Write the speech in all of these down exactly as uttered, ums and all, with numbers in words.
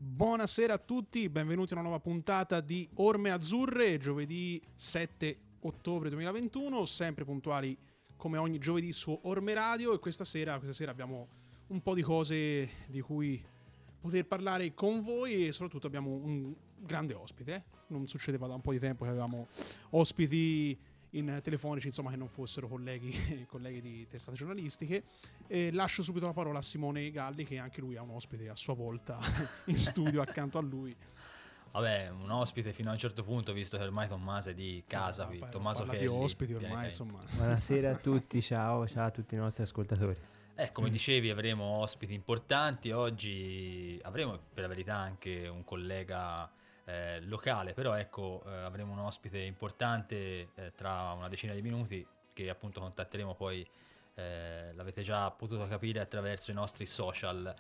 Buonasera a tutti, benvenuti a una nuova puntata di Orme Azzurre, giovedì sette ottobre duemilaventuno, sempre puntuali come ogni giovedì su Orme Radio, e questa sera, questa sera abbiamo un po' di cose di cui poter parlare con voi e soprattutto abbiamo un grande ospite. Eh? Non succedeva da un po' di tempo che avevamo ospiti in telefonici, insomma, che non fossero colleghi, colleghi di testate giornalistiche. E lascio subito la parola a Simone Galli, che anche lui ha un ospite a sua volta in studio accanto a lui. Vabbè, un ospite fino a un certo punto, visto che ormai Tommaso è di casa, no, no, Tommaso parla che di è ospiti lì, ormai, insomma. Buonasera a tutti, ciao, ciao a tutti i nostri ascoltatori. Eh, come dicevi, avremo ospiti importanti. Oggi avremo per la verità anche un collega eh, locale, però ecco, eh, avremo un ospite importante eh, tra una decina di minuti che appunto contatteremo poi, eh, l'avete già potuto capire attraverso i nostri social.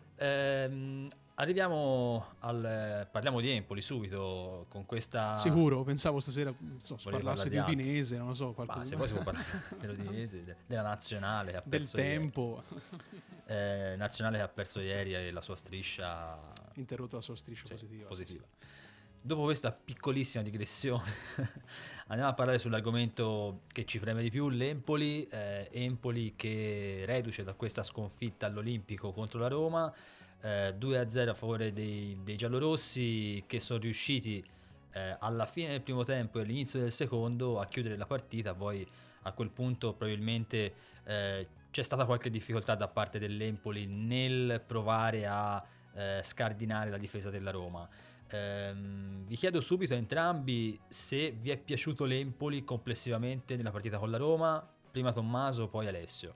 Ehm, arriviamo al parliamo di Empoli subito con questa. Sicuro, pensavo stasera so, si Volevi parlasse di parlare di Udinese, non lo so, qualcosa. Ma se poi si può parlare dell'Udinese, de- della nazionale che ha del perso tempo ieri. Eh, nazionale che ha perso ieri e la sua striscia interrotta la sua striscia sì, positiva. positiva. Sì, sì. Dopo questa piccolissima digressione andiamo a parlare sull'argomento che ci preme di più, l'Empoli, eh, Empoli che reduce da questa sconfitta all'Olimpico contro la Roma, eh, due a zero a favore dei, dei giallorossi, che sono riusciti eh, alla fine del primo tempo e all'inizio del secondo a chiudere la partita. Poi a quel punto probabilmente eh, c'è stata qualche difficoltà da parte dell'Empoli nel provare a eh, scardinare la difesa della Roma. Um, vi chiedo subito a entrambi se vi è piaciuto l'Empoli complessivamente nella partita con la Roma. Prima Tommaso, poi Alessio.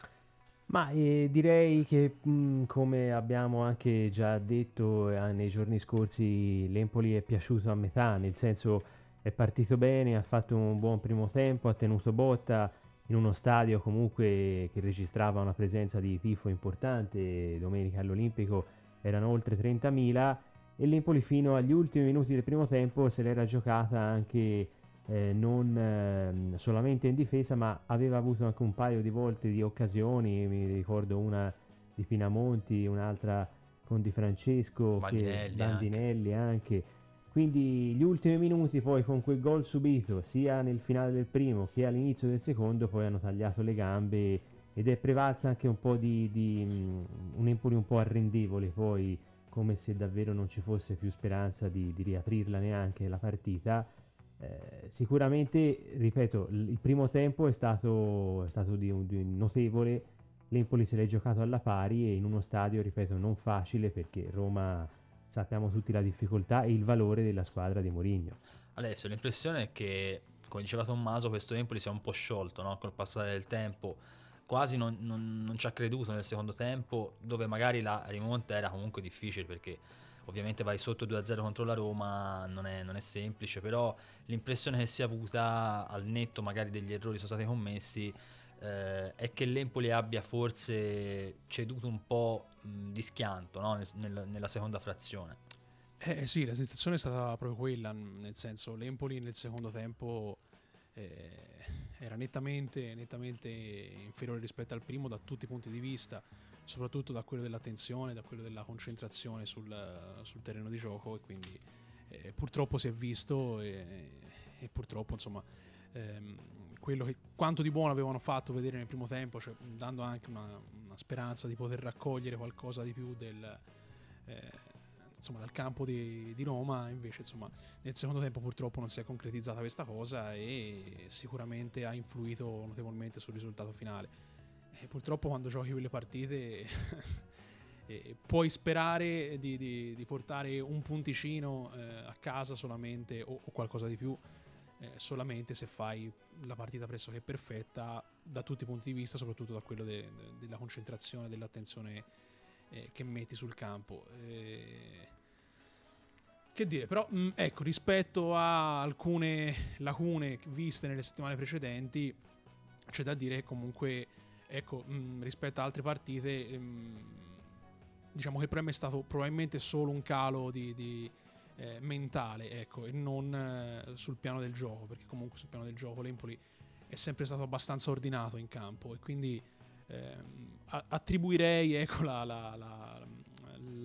Ma eh, direi che mh, come abbiamo anche già detto eh, nei giorni scorsi, l'Empoli è piaciuto a metà, nel senso è partito bene, ha fatto un buon primo tempo, ha tenuto botta in uno stadio comunque che registrava una presenza di tifo importante. Domenica all'Olimpico erano oltre trentamila, e l'Empoli fino agli ultimi minuti del primo tempo se l'era giocata anche eh, non eh, solamente in difesa, ma aveva avuto anche un paio di volte di occasioni. Mi ricordo una di Pinamonti, un'altra con Di Francesco, Bandinelli, che, Bandinelli anche. anche. Quindi gli ultimi minuti poi con quel gol subito sia nel finale del primo che all'inizio del secondo poi hanno tagliato le gambe, ed è prevalsa anche un po' di, di um, un Empoli un po' arrendevole, poi come se davvero non ci fosse più speranza di, di riaprirla neanche la partita. Eh, sicuramente, ripeto, il primo tempo è stato, è stato di, di notevole. L'Empoli se l'è giocato alla pari e in uno stadio, ripeto, non facile, perché Roma, sappiamo tutti la difficoltà e il valore della squadra di Mourinho. Adesso l'impressione è che, come diceva Tommaso, questo Empoli si è un po' sciolto, no? Col passare del tempo. Quasi non, non, non ci ha creduto nel secondo tempo, dove magari la rimonta era comunque difficile, perché ovviamente vai sotto due a zero contro la Roma, non è, non è semplice, però l'impressione che si è avuta, al netto magari degli errori che sono stati commessi, eh, è che l'Empoli abbia forse ceduto un po' mh, di schianto, no? nel, nella seconda frazione. Eh sì, la sensazione è stata proprio quella, nel senso, l'Empoli nel secondo tempo eh, era nettamente, nettamente inferiore rispetto al primo da tutti i punti di vista, soprattutto da quello dell'attenzione, da quello della concentrazione sul, sul terreno di gioco, e quindi eh, purtroppo si è visto e, e purtroppo insomma ehm, quello che, quanto di buono avevano fatto vedere nel primo tempo, cioè dando anche una, una speranza di poter raccogliere qualcosa di più del eh, insomma dal campo di, di Roma, invece insomma nel secondo tempo purtroppo non si è concretizzata questa cosa e sicuramente ha influito notevolmente sul risultato finale. E purtroppo quando giochi quelle partite eh, puoi sperare di, di, di portare un punticino eh, a casa solamente, o, o qualcosa di più, eh, solamente se fai la partita pressoché perfetta da tutti i punti di vista, soprattutto da quello de, de, della concentrazione, dell'attenzione Eh, che metti sul campo. Eh, che dire, però mh, ecco, rispetto a alcune lacune viste nelle settimane precedenti, c'è da dire che comunque, ecco, mh, rispetto a altre partite, mh, diciamo che il problema è stato probabilmente solo un calo di, di eh, mentale, ecco, e non eh, sul piano del gioco, perché comunque sul piano del gioco l'Empoli è sempre stato abbastanza ordinato in campo, e quindi Eh, attribuirei ecco, la, la, la,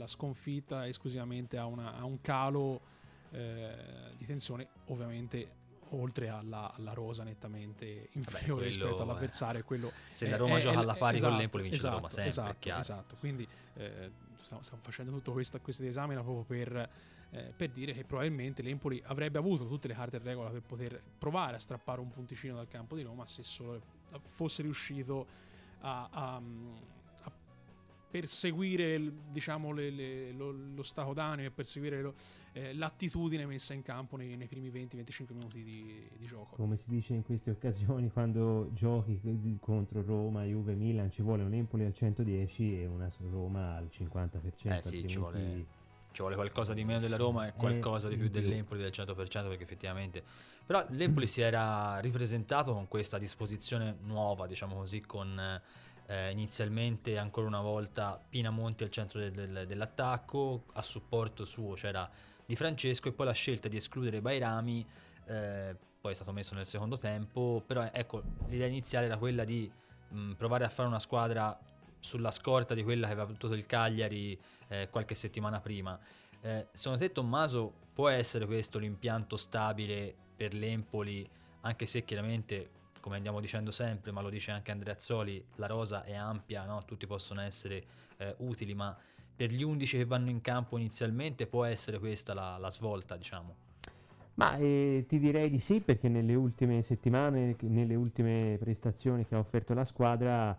la sconfitta esclusivamente a, una, a un calo eh, di tensione, ovviamente oltre alla, alla rosa nettamente inferiore Vabbè, rispetto all'avversario. È... Quello se è, la Roma è, gioca è, alla pari esatto, con l'Empoli vince esatto, la Roma sempre, esatto, è chiaro. Esatto, quindi eh, stiamo, stiamo facendo tutto questo, questo esame proprio per, eh, per dire che probabilmente l'Empoli avrebbe avuto tutte le carte in regola per poter provare a strappare un punticino dal campo di Roma, se solo fosse riuscito a, a, a perseguire, diciamo, le, le, lo, lo stato d'animo e perseguire lo, eh, l'attitudine messa in campo nei, nei primi venti venticinque minuti di, di gioco. Come si dice in queste occasioni, quando giochi contro Roma, Juve, Milan, ci vuole un Empoli al centodieci e una Roma al cinquanta per cento. Eh sì, ci vuole, ci vuole qualcosa di meno della Roma e qualcosa eh, di più dell'Empoli del cento per cento, perché effettivamente... Però l'Empoli si era ripresentato con questa disposizione nuova, diciamo così, con... Eh, inizialmente ancora una volta Pinamonti al centro del, del, dell'attacco, a supporto suo c'era Di Francesco, e poi la scelta di escludere Bairami eh, poi è stato messo nel secondo tempo. Però ecco, l'idea iniziale era quella di mh, provare a fare una squadra sulla scorta di quella che aveva battuto il Cagliari eh, qualche settimana prima. Eh, secondo te, Tommaso, può essere questo l'impianto stabile per l'Empoli, anche se chiaramente, come andiamo dicendo sempre, ma lo dice anche Andreazzoli, la rosa è ampia, no? Tutti possono essere eh, utili, ma per gli undici che vanno in campo inizialmente può essere questa la, la svolta, diciamo? Ma eh, ti direi di sì, perché nelle ultime settimane, nelle ultime prestazioni che ha offerto la squadra,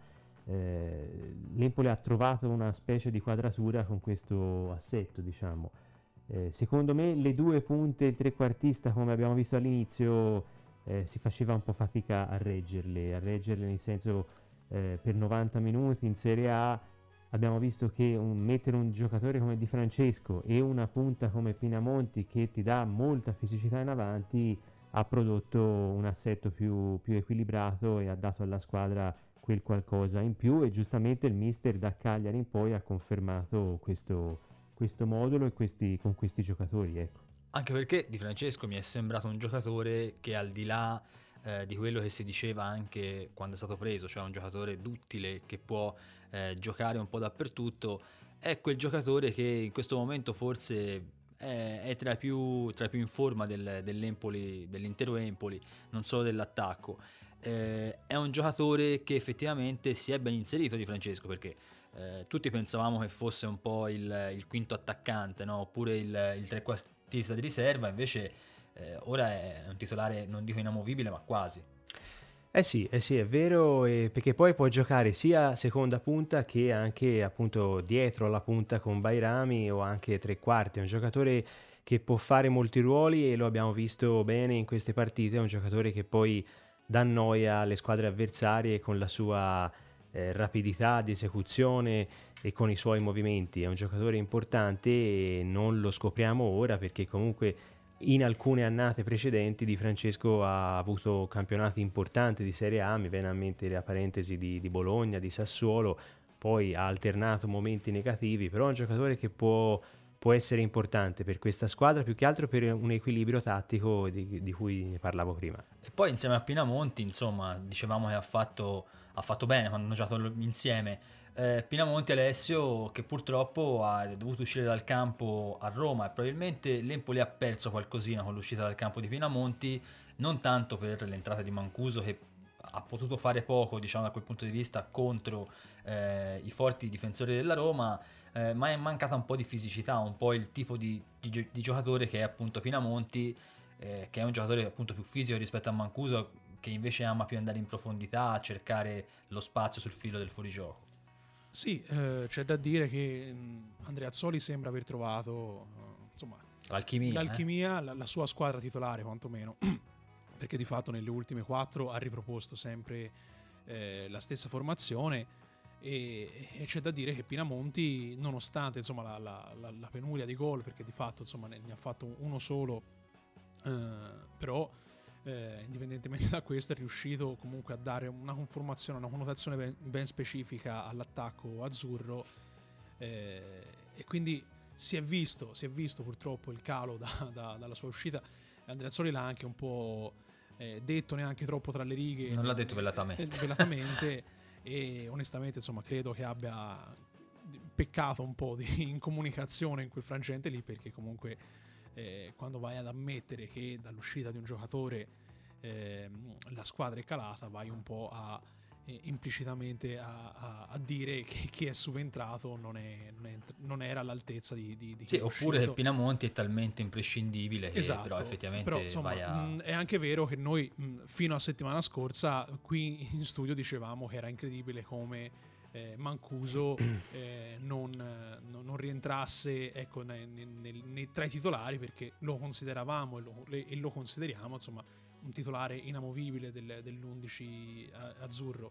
eh, l'Empoli ha trovato una specie di quadratura con questo assetto, diciamo. Eh, secondo me le due punte, il trequartista, come abbiamo visto all'inizio, Eh, si faceva un po' fatica a reggerle, a reggerle nel senso eh, per novanta minuti in Serie A abbiamo visto che un, mettere un giocatore come Di Francesco e una punta come Pinamonti, che ti dà molta fisicità in avanti, ha prodotto un assetto più, più equilibrato e ha dato alla squadra quel qualcosa in più, e giustamente il mister da Cagliari in poi ha confermato questo, questo modulo e questi, con questi giocatori, ecco. Anche perché Di Francesco mi è sembrato un giocatore che, al di là eh, di quello che si diceva anche quando è stato preso, cioè un giocatore duttile che può eh, giocare un po' dappertutto, è quel giocatore che in questo momento forse è, è tra i più, tra i più in forma del, dell'Empoli, dell'intero Empoli, non solo dell'attacco. Eh, è un giocatore che effettivamente si è ben inserito, Di Francesco, perché eh, tutti pensavamo che fosse un po' il, il quinto attaccante, no? Oppure il, il trequartista di riserva, invece eh, ora è un titolare, non dico inamovibile, ma quasi. Eh sì, eh sì, è vero, eh, perché poi può giocare sia seconda punta che anche appunto dietro alla punta con Bairami, o anche tre quarti. È un giocatore che può fare molti ruoli e lo abbiamo visto bene in queste partite. È un giocatore che poi dà noia alle squadre avversarie con la sua eh, rapidità di esecuzione e con i suoi movimenti. È un giocatore importante e non lo scopriamo ora, perché comunque in alcune annate precedenti Di Francesco ha avuto campionati importanti di Serie A. Mi viene a mente la parentesi di, di Bologna, di Sassuolo, poi ha alternato momenti negativi, però è un giocatore che può, può essere importante per questa squadra, più che altro per un equilibrio tattico di, di cui ne parlavo prima. E poi insieme a Pinamonti, insomma, dicevamo che ha fatto, ha fatto bene quando hanno giocato insieme. Eh, Pinamonti, Alessio, che purtroppo ha dovuto uscire dal campo a Roma, e probabilmente l'Empoli ha perso qualcosina con l'uscita dal campo di Pinamonti, non tanto per l'entrata di Mancuso, che ha potuto fare poco, diciamo, da quel punto di vista contro eh, i forti difensori della Roma, eh, ma è mancata un po' di fisicità, un po' il tipo di, di, di giocatore che è appunto Pinamonti, eh, che è un giocatore appunto più fisico rispetto a Mancuso, che invece ama più andare in profondità, a cercare lo spazio sul filo del fuorigioco. Sì, eh, c'è da dire che mh, Andreazzoli sembra aver trovato uh, insomma, l'alchimia, l'alchimia eh? la, la sua squadra titolare quantomeno, perché di fatto nelle ultime quattro ha riproposto sempre eh, la stessa formazione, e, e c'è da dire che Pinamonti, nonostante insomma, la, la, la, la penuria di gol, perché di fatto insomma, ne, ne ha fatto uno solo, eh, però Eh, indipendentemente da questo è riuscito comunque a dare una conformazione, una connotazione ben, ben specifica all'attacco azzurro, eh, e quindi si è visto si è visto purtroppo il calo da, da, dalla sua uscita. Andreazzoli l'ha anche un po' eh, detto, neanche troppo tra le righe, non l'ha detto velatamente, velatamente e onestamente insomma credo che abbia peccato un po' di incomunicazione in quel frangente lì, perché comunque eh, quando vai ad ammettere che dall'uscita di un giocatore eh, la squadra è calata, vai un po' a eh, implicitamente a, a, a dire che chi è subentrato non, è, non, è, non era all'altezza di, di, di chi sì, è oppure uscito. che Pinamonti è talmente imprescindibile che Esatto, però effettivamente però, insomma, vai a... mh, è anche vero che noi mh, fino a settimana scorsa qui in studio dicevamo che era incredibile come eh, Mancuso eh, non, non, non rientrasse, ecco, nei, nei, nei, tra i titolari, perché lo consideravamo e lo, e lo consideriamo, insomma, un titolare inamovibile del, dell'undici azzurro.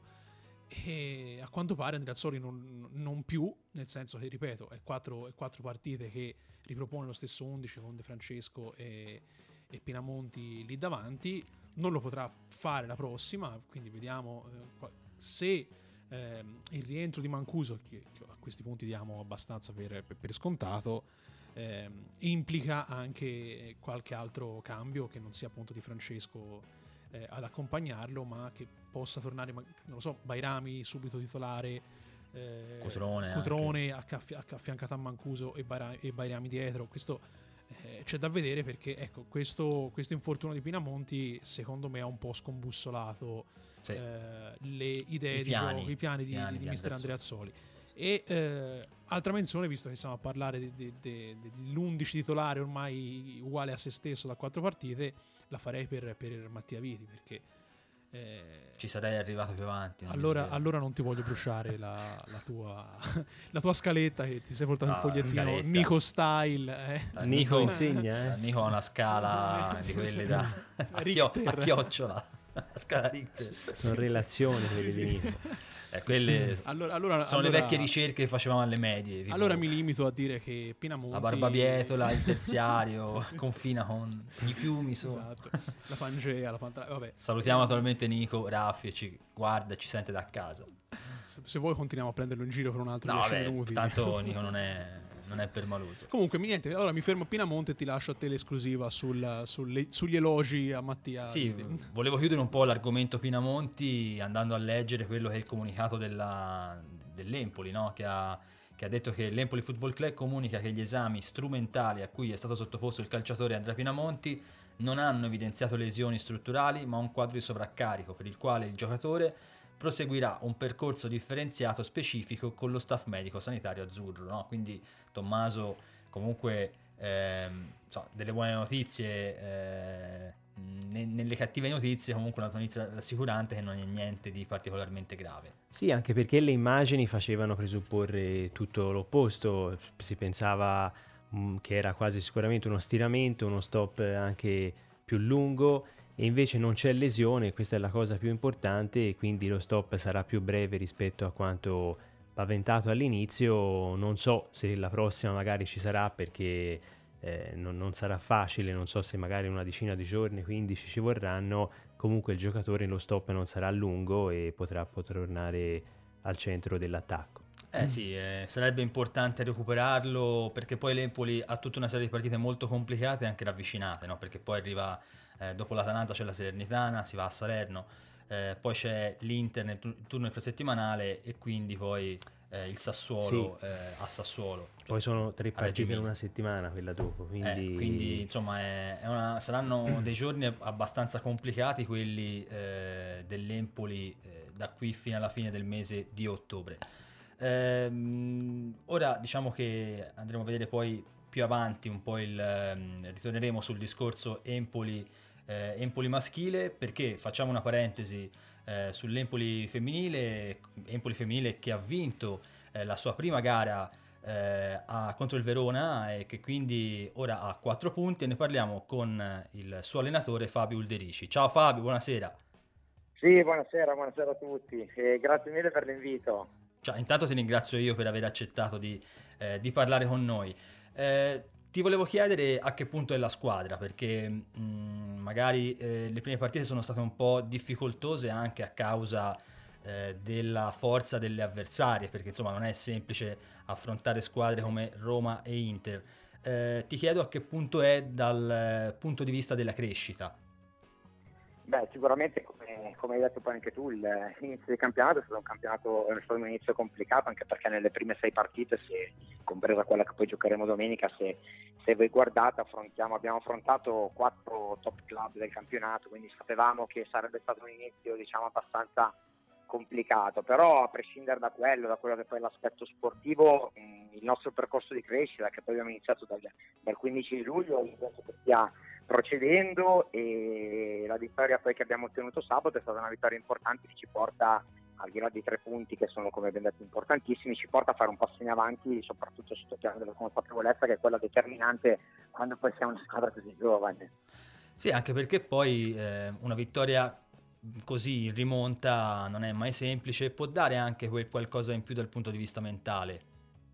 E a quanto pare Andreazzoli non, non più, nel senso che, ripeto, è quattro, è quattro partite che ripropone lo stesso undici con De Francesco e, e Pinamonti lì davanti. Non lo potrà fare la prossima, quindi vediamo eh, se eh, il rientro di Mancuso, che, che a questi punti diamo abbastanza per, per, per scontato, eh, implica anche qualche altro cambio che non sia appunto Di Francesco eh, ad accompagnarlo, ma che possa tornare, non lo so, Bairami subito titolare, eh, Cutrone, Cutrone affiancato a Mancuso e, Baira- e Bairami dietro. Questo eh, c'è da vedere, perché ecco, questo, questo infortunio di Pinamonti secondo me ha un po' scombussolato sì. eh, le idee I di piani, gioco, i piani di, piani di, di di mister Andreazzoli. E eh, altra menzione, visto che stiamo a parlare de, de, de, dell'undici titolare ormai uguale a se stesso da quattro partite, la farei per, per Mattia Viti, perché eh, ci sarei arrivato più avanti. Non allora, allora non ti voglio bruciare la, la, tua, la tua scaletta, che ti sei portato no, un fogliettino scaletta. Nico style. Eh. Nico, Nico insegna, eh? Nico ha una scala di quelle da a, chio, a chiocciola, la scala Richter. Sono relazioni quelle sì, di sì. Nico. Eh, quelle allora, allora, sono allora, le vecchie ricerche che facevamo alle medie. Tipo allora mi limito a dire che Pinamonti, la barbabietola, il terziario, confina con i fiumi. So. Esatto. La Pangea, la Pantala, vabbè. Salutiamo naturalmente Nico Raffi, ci guarda e ci sente da casa. Se, se vuoi continuiamo a prenderlo in giro per un altro No, dieci vabbè, minuti. tanto Nico non è, non è permaloso. Comunque, niente, allora mi fermo a Pinamonti e ti lascio a te l'esclusiva sul, sulle, sugli elogi a Mattia. Sì, volevo chiudere un po' l'argomento Pinamonti andando a leggere quello che è il comunicato della, dell'Empoli, no? che, ha, che ha detto che l'Empoli Football Club comunica che gli esami strumentali a cui è stato sottoposto il calciatore Andrea Pinamonti non hanno evidenziato lesioni strutturali, ma un quadro di sovraccarico per il quale il giocatore proseguirà un percorso differenziato specifico con lo staff medico sanitario azzurro, no? Quindi Tommaso comunque ehm, so, delle buone notizie, eh, ne- nelle cattive notizie comunque una notizia rassicurante che non è niente di particolarmente grave. Sì, anche perché le immagini facevano presupporre tutto l'opposto, si pensava mh, che era quasi sicuramente uno stiramento, uno stop anche più lungo, e invece non c'è lesione, questa è la cosa più importante, e quindi lo stop sarà più breve rispetto a quanto paventato all'inizio. Non so se la prossima magari ci sarà, perché eh, non, non sarà facile, non so se magari una decina di giorni, quindici ci vorranno. Comunque il giocatore lo stop non sarà lungo e potrà, potrà tornare al centro dell'attacco. Eh sì, eh, sarebbe importante recuperarlo, perché poi l'Empoli ha tutta una serie di partite molto complicate e anche ravvicinate, no? Perché poi arriva, eh, dopo l'Atalanta c'è la Salernitana, si va a Salerno, eh, poi c'è l'Inter nel tu- turno infrasettimanale e quindi poi eh, il Sassuolo Sì. eh, a Sassuolo. Poi sono tre a Reggio partite in Emilia. una settimana, quella dopo, quindi, Eh, quindi insomma è, è una, saranno dei giorni abbastanza complicati quelli eh, dell'Empoli eh, da qui fino alla fine del mese di ottobre. Ehm, ora diciamo che andremo a vedere poi più avanti un po' il ehm, ritorneremo sul discorso Empoli, eh, Empoli maschile, perché facciamo una parentesi eh, sull'Empoli femminile, Empoli femminile che ha vinto eh, la sua prima gara eh, a, contro il Verona e che quindi ora ha quattro punti, e ne parliamo con il suo allenatore Fabio Ulderici. Ciao Fabio, buonasera. Sì, buonasera, buonasera a tutti e grazie mille per l'invito. Ciao, intanto ti ringrazio io per aver accettato di, eh, di parlare con noi. Eh, ti volevo chiedere a che punto è la squadra, perché mh, magari eh, le prime partite sono state un po' difficoltose anche a causa eh, della forza delle avversarie, perché insomma non è semplice affrontare squadre come Roma e Inter. Eh, ti chiedo a che punto è dal eh, punto di vista della crescita. Beh, sicuramente come, come hai detto poi anche tu, l'inizio del campionato è stato un campionato, è stato un inizio complicato, anche perché nelle prime sei partite, se, compresa quella che poi giocheremo domenica, se, se voi guardate affrontiamo, abbiamo affrontato quattro top club del campionato, quindi sapevamo che sarebbe stato un inizio, diciamo, abbastanza complicato, però a prescindere da quello, da quello che poi è l'aspetto sportivo, mh, il nostro percorso di crescita, che poi abbiamo iniziato dal, dal quindici di luglio, io penso che stia procedendo, e la vittoria poi che abbiamo ottenuto sabato è stata una vittoria importante che ci porta, al di là dei tre punti che sono, come ben detto, importantissimi, ci porta a fare un passo in avanti, soprattutto sotto il piano della consapevolezza, che è quella determinante quando poi siamo una squadra così giovane. Sì, anche perché poi eh, una vittoria così in rimonta non è mai semplice, può dare anche quel qualcosa in più dal punto di vista mentale.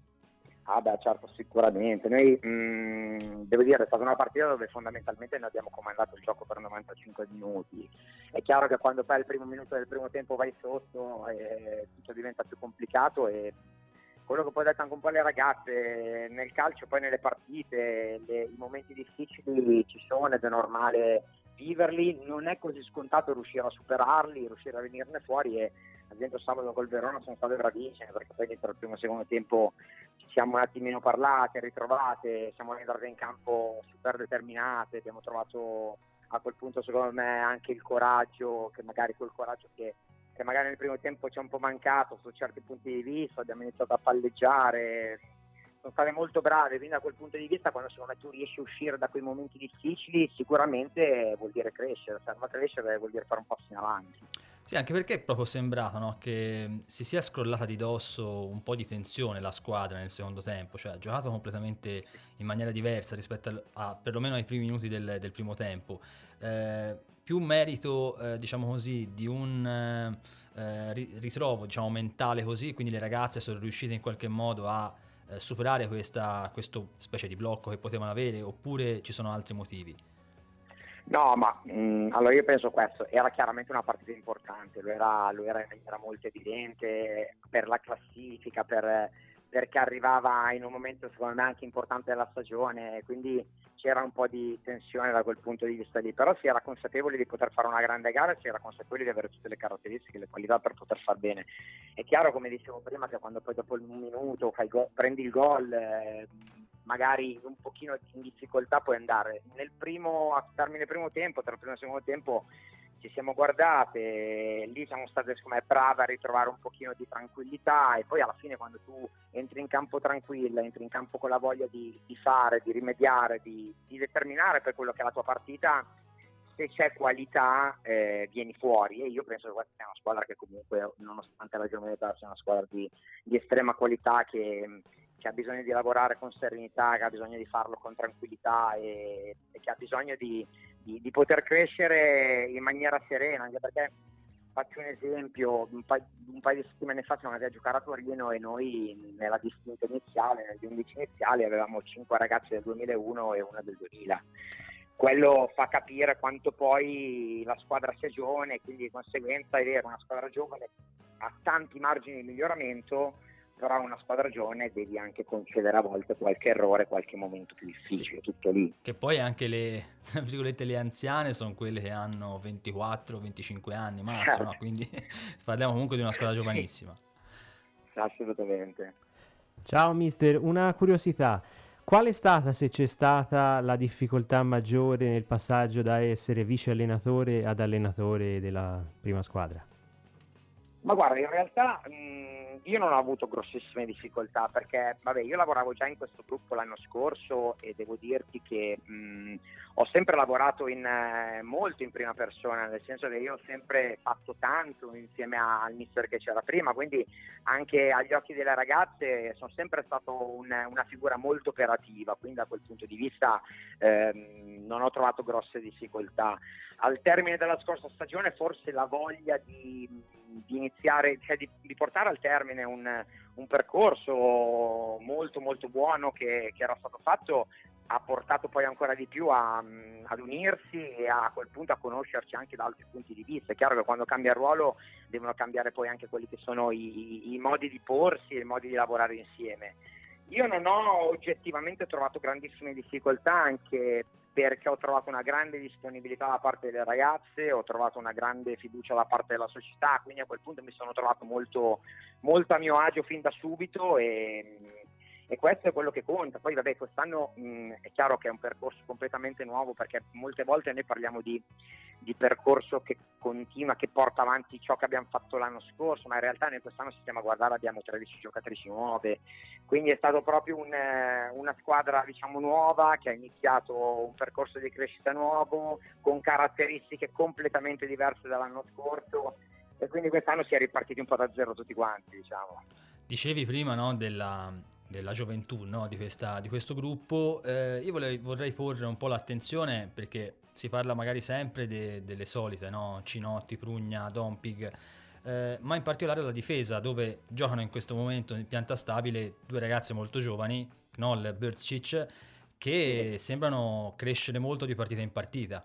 Ah beh, certo, sicuramente. Noi, mh, devo dire, è stata una partita dove fondamentalmente noi abbiamo comandato il gioco per novantacinque minuti. È chiaro che quando poi al primo minuto del primo tempo vai sotto, eh, tutto diventa più complicato, e quello che poi detto anche un po' alle ragazze, nel calcio, poi nelle partite, le, i momenti difficili ci sono ed è normale viverli, non è così scontato riuscire a superarli, riuscire a venirne fuori, e ad esempio sabato col Verona sono state bravissime, perché poi dentro il primo e secondo tempo ci siamo un attimino parlate, ritrovate, siamo entrate in campo super determinate, abbiamo trovato a quel punto secondo me anche il coraggio, che magari quel coraggio che, che magari nel primo tempo ci è un po' mancato su certi punti di vista, abbiamo iniziato a palleggiare, sono state molto brave, quindi da quel punto di vista quando secondo me tu riesci a uscire da quei momenti difficili sicuramente vuol dire crescere, serve a crescere, vuol dire fare un passo in avanti. Sì, anche perché è proprio sembrato, no, che si sia scrollata di dosso un po' di tensione la squadra nel secondo tempo, cioè ha giocato completamente in maniera diversa rispetto a, a perlomeno ai primi minuti del, del primo tempo. Eh, più merito, eh, diciamo così, di un eh, ritrovo, diciamo, mentale così, quindi le ragazze sono riuscite in qualche modo a eh, superare questa questo specie di blocco che potevano avere, oppure ci sono altri motivi? No, ma mh, allora io penso questo, era chiaramente una partita importante, lo era, lo era in maniera molto evidente per la classifica, per, perché arrivava in un momento secondo me anche importante della stagione, quindi c'era un po' di tensione da quel punto di vista lì, però si era consapevoli di poter fare una grande gara, si era consapevoli di avere tutte le caratteristiche, le qualità per poter far bene. È chiaro, come dicevo prima, che quando poi dopo un minuto fai go- prendi il gol, eh, magari un pochino in difficoltà puoi andare. Nel primo, a termine primo tempo, tra il primo e il secondo tempo, ci siamo guardate, lì siamo state secondo me brave a ritrovare un pochino di tranquillità, e poi alla fine quando tu entri in campo tranquilla, entri in campo con la voglia di, di fare, di rimediare, di, di determinare per quello che è la tua partita, se c'è qualità eh, vieni fuori, e io penso che questa sia una squadra che comunque, nonostante la giovane età, sia una squadra di, di estrema qualità, che che ha bisogno di lavorare con serenità, che ha bisogno di farlo con tranquillità, e, e che ha bisogno di, di, di poter crescere in maniera serena, anche perché, faccio un esempio, un, pa- un paio di settimane fa siamo andati a giocare a Torino, e noi nella distinta iniziale, negli undici iniziali, avevamo cinque ragazzi del duemilauno e una del duemila. Quello fa capire quanto poi la squadra sia giovane, quindi di conseguenza è vero, una squadra giovane ha tanti margini di miglioramento, però una squadra giovane devi anche concedere a volte qualche errore, qualche momento più difficile, sì. Tutto lì. Che poi anche le, tra virgolette, le anziane sono quelle che hanno ventiquattro venticinque anni massimo, certo. No? Quindi parliamo comunque di una squadra giovanissima. Assolutamente. Ciao mister, una curiosità. Qual è stata, se c'è stata, la difficoltà maggiore nel passaggio da essere vice allenatore ad allenatore della prima squadra? Ma guarda, in realtà mh, io non ho avuto grossissime difficoltà, perché vabbè, io lavoravo già in questo gruppo l'anno scorso, e devo dirti che mh, ho sempre lavorato in, eh, molto in prima persona, nel senso che io ho sempre fatto tanto insieme a, al mister che c'era prima, quindi anche agli occhi delle ragazze sono sempre stato un, una figura molto operativa, quindi da quel punto di vista ehm, non ho trovato grosse difficoltà. Al termine della scorsa stagione forse la voglia di, di iniziare, cioè di, di portare al termine un, un percorso molto molto buono che, che era stato fatto, ha portato poi ancora di più a, ad unirsi e a quel punto a conoscerci anche da altri punti di vista. È chiaro che quando cambia il ruolo devono cambiare poi anche quelli che sono i, i modi di porsi e i modi di lavorare insieme. Io non ho oggettivamente trovato grandissime difficoltà, anche perché ho trovato una grande disponibilità da parte delle ragazze, ho trovato una grande fiducia da parte della società, quindi a quel punto mi sono trovato molto, molto a mio agio fin da subito e, e questo è quello che conta. Poi vabbè, quest'anno mh, è chiaro che è un percorso completamente nuovo, perché molte volte noi parliamo di, di percorso che continua, che porta avanti ciò che abbiamo fatto l'anno scorso, ma in realtà noi quest'anno, se stiamo a guardare, abbiamo tredici giocatrici nuove, quindi è stato proprio un, una squadra, diciamo, nuova, che ha iniziato un percorso di crescita nuovo, con caratteristiche completamente diverse dall'anno scorso, e quindi quest'anno si è ripartiti un po' da zero tutti quanti, diciamo. Dicevi prima, no, della, della gioventù, no, di, questa, di questo gruppo. Eh, io vorrei, vorrei porre un po' l'attenzione, perché si parla magari sempre de, delle solite, no? Cinotti, Prugna, Dompig, eh, ma in particolare la difesa, dove giocano in questo momento in pianta stabile due ragazze molto giovani, Knoll e Bercic, che sembrano crescere molto di partita in partita.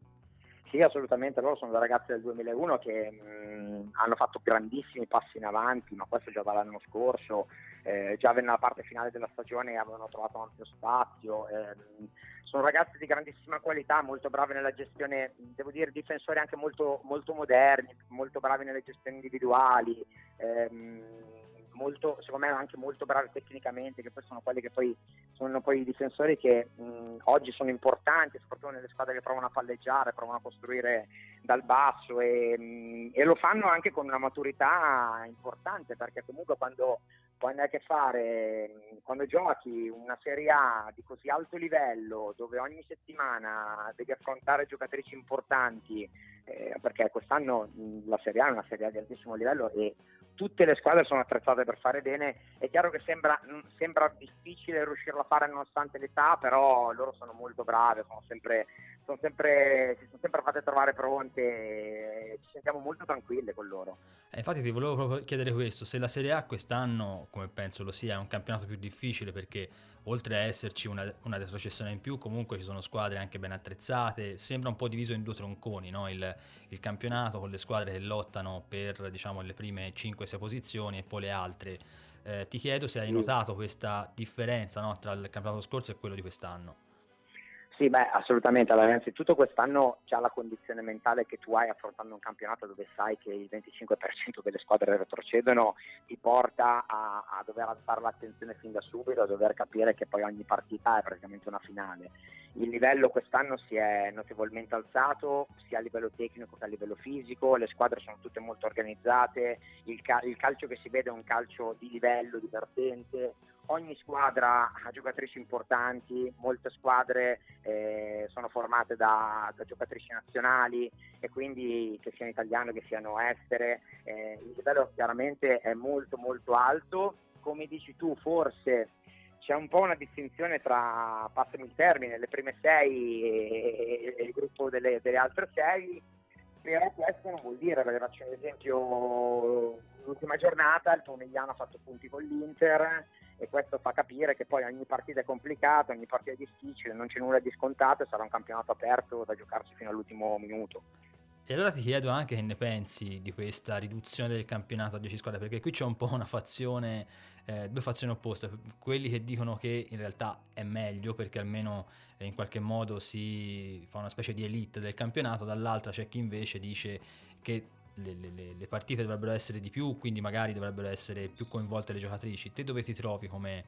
Sì, assolutamente, loro sono due ragazze del duemilauno che mh, hanno fatto grandissimi passi in avanti, ma questo già dall'anno scorso, eh, già nella parte finale della stagione avevano trovato ampio spazio, ehm, sono ragazze di grandissima qualità, molto brave nella gestione, devo dire difensori anche molto, molto moderni, molto bravi nelle gestioni individuali, ehm, molto, secondo me anche molto bravi tecnicamente, che poi sono quelli che poi sono poi i difensori che mh, oggi sono importanti, soprattutto nelle squadre che provano a palleggiare, provano a costruire dal basso e, mh, e lo fanno anche con una maturità importante, perché comunque quando puoi andare a che fare, quando giochi una Serie A di così alto livello, dove ogni settimana devi affrontare giocatrici importanti, eh, perché quest'anno mh, la Serie A è una Serie A di altissimo livello e tutte le squadre sono attrezzate per fare bene. È chiaro che sembra, sembra difficile riuscirlo a fare nonostante l'età, però loro sono molto brave, sono sempre, sono sempre, si sono sempre fatte trovare pronte e ci sentiamo molto tranquille con loro. Eh, infatti ti volevo proprio chiedere questo, se la Serie A quest'anno, come penso lo sia, è un campionato più difficile, perché oltre a esserci una, una retrocessione in più, comunque ci sono squadre anche ben attrezzate, sembra un po' diviso in due tronconi, no? il, il campionato con le squadre che lottano per, diciamo, le prime cinque sei posizioni e poi le altre. Eh, ti chiedo se hai notato questa differenza, no, tra il campionato scorso e quello di quest'anno. Sì, beh, assolutamente. Allora, innanzitutto quest'anno già la condizione mentale che tu hai affrontando un campionato dove sai che il venticinque per cento delle squadre retrocedono ti porta a, a dover alzare l'attenzione fin da subito, a dover capire che poi ogni partita è praticamente una finale. Il livello quest'anno si è notevolmente alzato, sia a livello tecnico che a livello fisico, le squadre sono tutte molto organizzate, il, cal- il calcio che si vede è un calcio di livello, divertente. Ogni squadra ha giocatrici importanti, molte squadre eh, sono formate da, da giocatrici nazionali e quindi che siano italiane, che siano estere, eh, il livello chiaramente è molto molto alto. Come dici tu, forse c'è un po' una distinzione tra, passami il termine, le prime sei e, e il gruppo delle, delle altre sei, però questo non vuol dire, perché faccio un esempio, l'ultima giornata il Pomigliano ha fatto punti con l'Inter e questo fa capire che poi ogni partita è complicata, ogni partita è difficile, non c'è nulla di scontato e sarà un campionato aperto da giocarsi fino all'ultimo minuto. E allora ti chiedo anche che ne pensi di questa riduzione del campionato a dieci squadre, perché qui c'è un po' una fazione, eh, due fazioni opposte, quelli che dicono che in realtà è meglio perché almeno eh, in qualche modo si fa una specie di elite del campionato, dall'altra c'è chi invece dice che le, le, le partite dovrebbero essere di più, quindi magari dovrebbero essere più coinvolte le giocatrici. Te dove ti trovi come...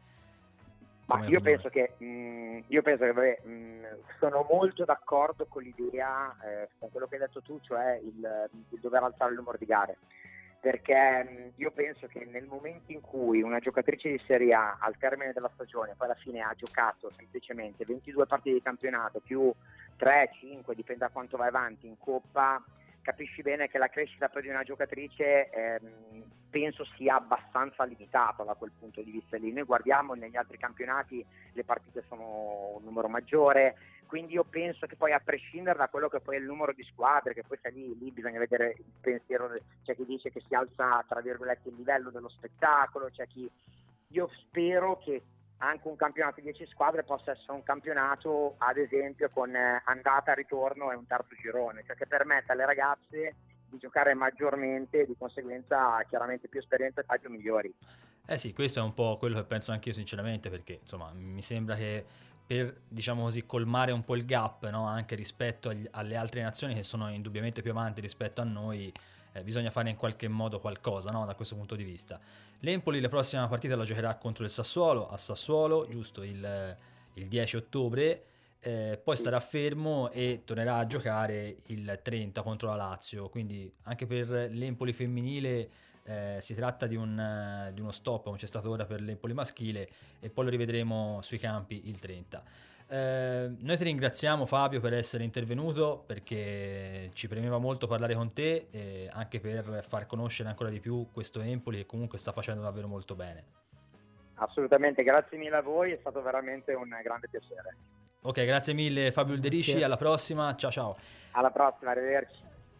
Ma io penso che, mh, io penso che vabbè, mh, sono molto d'accordo con l'idea, eh, con quello che hai detto tu, cioè il, il dover alzare il numero di gare, perché mh, io penso che nel momento in cui una giocatrice di Serie A al termine della stagione poi alla fine ha giocato semplicemente ventidue partite di campionato più tre cinque, dipende da quanto vai avanti in Coppa, capisci bene che la crescita poi di una giocatrice ehm, penso sia abbastanza limitata da quel punto di vista lì. Noi guardiamo negli altri campionati, le partite sono un numero maggiore, quindi io penso che poi a prescindere da quello che poi è il numero di squadre, che poi sta lì, lì bisogna vedere il pensiero, c'è chi dice che si alza tra virgolette il livello dello spettacolo, c'è chi... Io spero che anche un campionato di dieci squadre possa essere un campionato, ad esempio, con andata, ritorno e un terzo girone, cioè che permetta alle ragazze di giocare maggiormente e di conseguenza chiaramente più esperienze e taglio migliori. Eh sì, questo è un po' quello che penso anch'io sinceramente, perché insomma mi sembra che per, diciamo così, colmare un po' il gap, no? Anche rispetto agli, alle altre nazioni che sono indubbiamente più avanti rispetto a noi, eh, bisogna fare in qualche modo qualcosa, no? Da questo punto di vista. L'Empoli la prossima partita la giocherà contro il Sassuolo, a Sassuolo, giusto il, il dieci ottobre, eh, poi starà fermo e tornerà a giocare il trenta contro la Lazio, quindi anche per l'Empoli femminile eh, si tratta di, un, di uno stop come c'è stato ora per l'Empoli maschile, e poi lo rivedremo sui campi il trenta. Eh, noi ti ringraziamo Fabio per essere intervenuto, perché ci premeva molto parlare con te, eh, anche per far conoscere ancora di più questo Empoli che comunque sta facendo davvero molto bene. Assolutamente, grazie mille a voi, è stato veramente un grande piacere. Ok, grazie mille Fabio Ulderisci, alla prossima, ciao ciao. Alla prossima, arrivederci.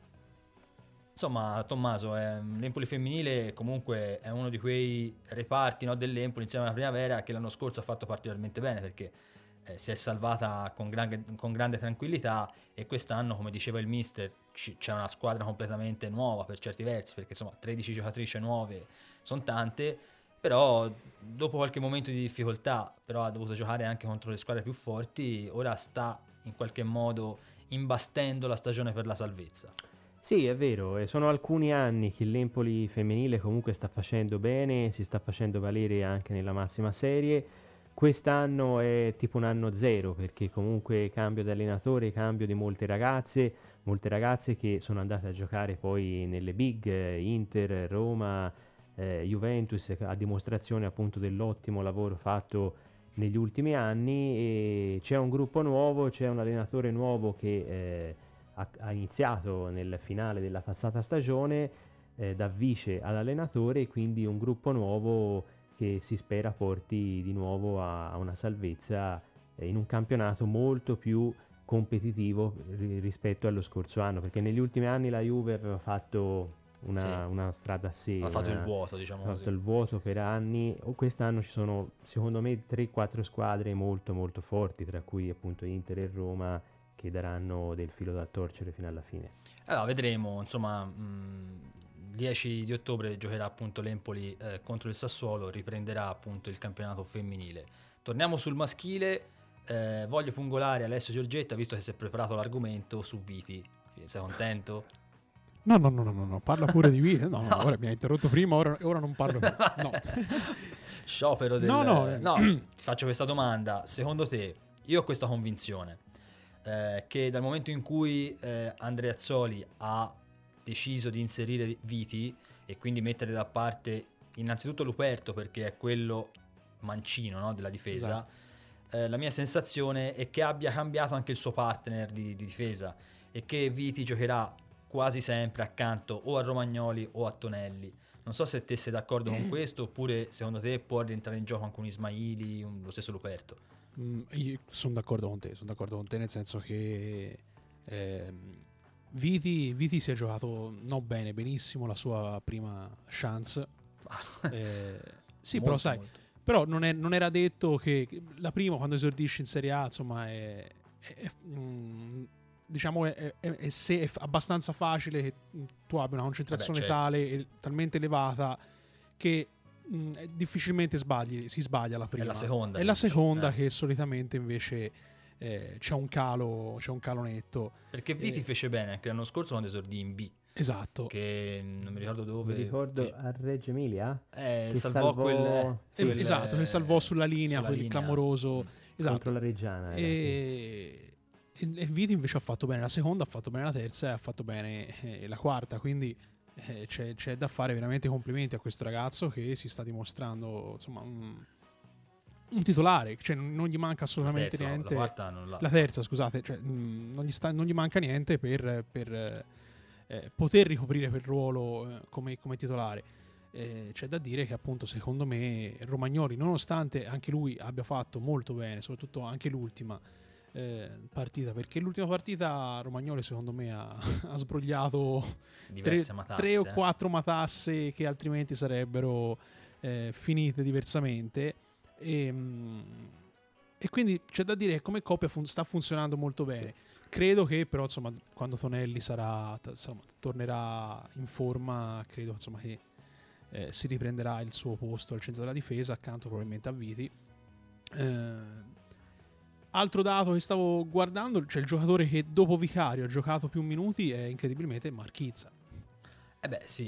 Insomma, Tommaso, eh, l'Empoli femminile comunque è uno di quei reparti, no, dell'Empoli insieme alla Primavera che l'anno scorso ha fatto particolarmente bene, perché eh, si è salvata con, gran, con grande tranquillità, e quest'anno, come diceva il mister, c- c'è una squadra completamente nuova per certi versi, perché insomma tredici giocatrici nuove sono tante, però dopo qualche momento di difficoltà però ha dovuto giocare anche contro le squadre più forti, ora sta in qualche modo imbastendo la stagione per la salvezza. Sì, è vero, e sono alcuni anni che l'Empoli femminile comunque sta facendo bene, si sta facendo valere anche nella massima serie. Quest'anno è tipo un anno zero, perché comunque cambio di allenatore, cambio di molte ragazze, molte ragazze che sono andate a giocare poi nelle big, eh, Inter, Roma, eh, Juventus, a dimostrazione appunto dell'ottimo lavoro fatto negli ultimi anni, e c'è un gruppo nuovo, c'è un allenatore nuovo che eh, ha, ha iniziato nel finale della passata stagione eh, da vice ad allenatore, quindi un gruppo nuovo che si spera porti di nuovo a, a una salvezza eh, in un campionato molto più competitivo ri- rispetto allo scorso anno, perché negli ultimi anni la Juve aveva fatto una, Sì. una strada a sé, Ha fatto una- il vuoto, diciamo ha fatto così. il vuoto per anni. O quest'anno ci sono secondo me tre quattro squadre molto molto forti, tra cui appunto Inter e Roma, che daranno del filo da torcere fino alla fine. Allora, vedremo, insomma, mh, il dieci di ottobre giocherà appunto l'Empoli eh, contro il Sassuolo, riprenderà appunto il campionato femminile. Torniamo sul maschile, eh, voglio pungolare Alessio Giorgetta, visto che si è preparato l'argomento su Viti. Sei contento? No, no, no, no, no, no, parla pure di Viti. No, no, No. ora mi ha interrotto prima, ora, ora non parlo più. No. Sciopero del... No, no, no, ti faccio questa domanda. Secondo te, io ho questa convinzione, eh, che dal momento in cui eh, Andreazzoli ha deciso di inserire Viti e quindi mettere da parte innanzitutto Luperto, perché è quello mancino, no, della difesa, Esatto. eh, la mia sensazione è che abbia cambiato anche il suo partner di, di difesa, e che Viti giocherà quasi sempre accanto o a Romagnoli o a Tonelli. Non so se te sei d'accordo con questo, oppure secondo te può rientrare in gioco anche un Ismaili, un, lo stesso Luperto. Mm, io sono d'accordo con te, sono d'accordo con te nel senso che ehm, Viti, Viti si è giocato non bene, benissimo la sua prima chance. Eh, sì, Molto, però sai, molto. però non, è- non era detto che che la prima, quando esordisci in Serie A, insomma, è, è- è, mm, diciamo è, è- è se- è f- abbastanza facile che mm, tu abbia una concentrazione Vabbè, certo. tale e talmente elevata che mm, difficilmente sbagli, si sbaglia la prima. la seconda, È la dici, seconda eh. che solitamente invece eh, c'è un calo, c'è un calo netto. Perché Viti Eh. fece bene anche l'anno scorso quando esordì in B, Esatto. che non mi ricordo dove. Mi ricordo fece- a Reggio Emilia eh, che salvò, salvò- quel, Eh, quel- esatto, che salvò sulla linea, sulla quel linea. clamoroso. Mm. Esatto. contro la Reggiana. era, sì. E, e, e Viti invece ha fatto bene la seconda, ha fatto bene la terza e ha fatto bene eh, la quarta, quindi eh, c'è, c'è da fare veramente complimenti a questo ragazzo che si sta dimostrando insomma un, un titolare, cioè non, non gli manca La assolutamente terza, no, niente. la quarta non la... La terza, scusate, cioè, mh, non, gli sta- non gli manca niente per, per, eh, poter ricoprire quel ruolo eh, come, come titolare. Eh, c'è da dire che appunto secondo me Romagnoli, nonostante anche lui abbia fatto molto bene, soprattutto anche l'ultima eh, partita, perché l'ultima partita Romagnoli secondo me ha, ha sbrogliato tre, diverse matasse, tre o eh. quattro matasse che altrimenti sarebbero eh, finite diversamente. E, mm, e quindi c'è da dire che come coppia fun- sta funzionando molto bene. Credo che però insomma quando Tonelli sarà t- insomma, tornerà in forma, credo insomma che eh, si riprenderà il suo posto al centro della difesa accanto probabilmente a Viti. Eh, altro dato che stavo guardando, c'è il giocatore che dopo Vicario ha giocato più minuti, è incredibilmente Marchizza. Eh beh sì.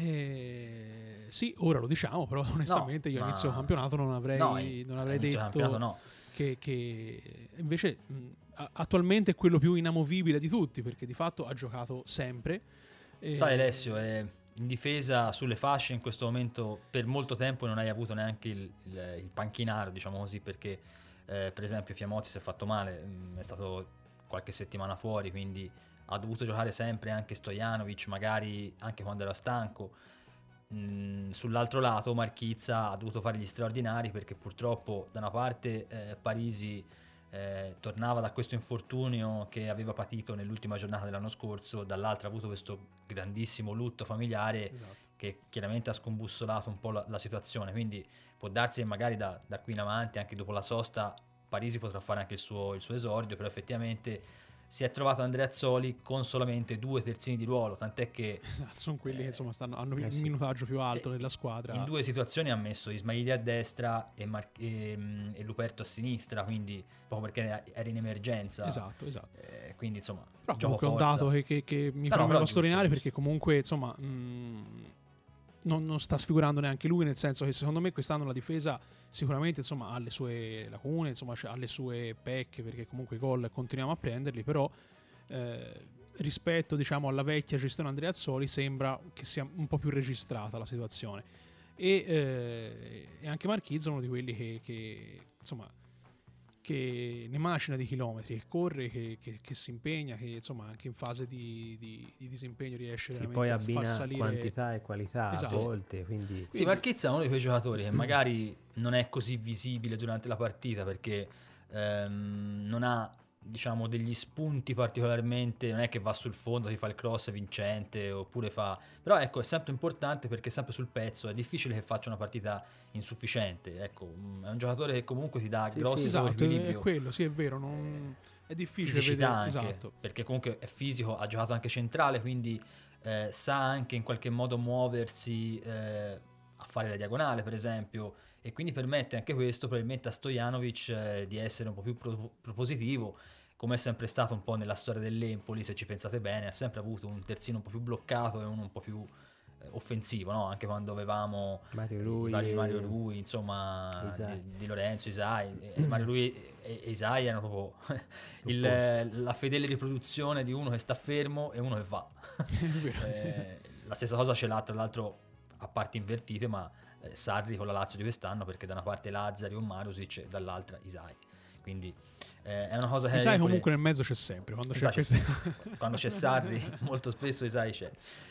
Eh, sì, ora lo diciamo, però onestamente no, io ma... all'inizio campionato non avrei, no, non avrei detto no. che, che invece mh, attualmente è quello più inamovibile di tutti, perché di fatto ha giocato sempre. E... Sai Alessio, è in difesa sulle fasce in questo momento per molto tempo non hai avuto neanche il, il, il panchinaro, diciamo così, perché eh, per esempio Fiamotti si è fatto male, mh, è stato qualche settimana fuori, quindi ha dovuto giocare sempre anche Stojanovic, magari anche quando era stanco. Mm, sull'altro lato Marchizza ha dovuto fare gli straordinari, perché purtroppo da una parte eh, Parisi eh, tornava da questo infortunio che aveva patito nell'ultima giornata dell'anno scorso, dall'altra ha avuto questo grandissimo lutto familiare, esatto, che chiaramente ha scombussolato un po' la, la situazione, quindi può darsi che magari da, da qui in avanti, anche dopo la sosta, Parisi potrà fare anche il suo, il suo esordio, però effettivamente si è trovato Andreazzoli con solamente due terzini di ruolo, tant'è che esatto, sono quelli eh, che insomma stanno, hanno eh, il sì. minutaggio più alto sì, nella squadra. In due situazioni ha messo Ismaili a destra e, Mar- e, e Luperto a sinistra, quindi proprio perché era in emergenza. Esatto, esatto. Eh, quindi insomma, però gioco comunque è un dato che, che, che mi no, preme no, sottolineare, giusto, perché comunque insomma mh, non, non sta sfigurando neanche lui, nel senso che secondo me quest'anno la difesa sicuramente insomma ha le sue lacune, insomma ha le sue pecche, perché comunque i gol continuiamo a prenderli, però eh, rispetto diciamo alla vecchia gestione Andreazzoli sembra che sia un po' più registrata la situazione, e, eh, e anche Marchizza è uno di quelli che, che insomma che ne macina di chilometri, che corre, che, che, che si impegna, che insomma anche in fase di, di, di disimpegno riesce sì, veramente poi a far abbina salire quantità e qualità, esatto, a volte, quindi... Sì, Marchizza è uno di quei giocatori che magari non è così visibile durante la partita, perché ehm, non ha, diciamo, degli spunti particolarmente, non è che va sul fondo, ti fa il cross vincente oppure fa, però ecco, è sempre importante perché è sempre sul pezzo, è difficile che faccia una partita insufficiente, ecco, è un giocatore che comunque ti dà sì, grossi sì, esatto, equilibrio, è quello, sì, è vero, non... è difficile fisicità vedere, anche, esatto, perché comunque è fisico, ha giocato anche centrale, quindi eh, sa anche in qualche modo muoversi eh, a fare la diagonale per esempio, e quindi permette anche questo probabilmente a Stojanovic eh, di essere un po' più pro- propositivo, come è sempre stato un po' nella storia dell'Empoli, se ci pensate bene, ha sempre avuto un terzino un po' più bloccato e uno un po' più eh, offensivo, no? Anche quando avevamo Mario Rui, i vari Mario Rui, insomma, Isai. di, di Lorenzo, Isai, e Mario Rui e, e Isai erano proprio il, la fedele riproduzione di uno che sta fermo e uno che va. eh, la stessa cosa ce l'ha tra l'altro a parti invertite, ma eh, Sarri con la Lazio di quest'anno, perché da una parte Lazzari o Marusic e dall'altra Isai, quindi eh, è una cosa che Isai comunque nel mezzo c'è sempre quando c'è, c'è, quando c'è Sarri molto spesso Isai c'è.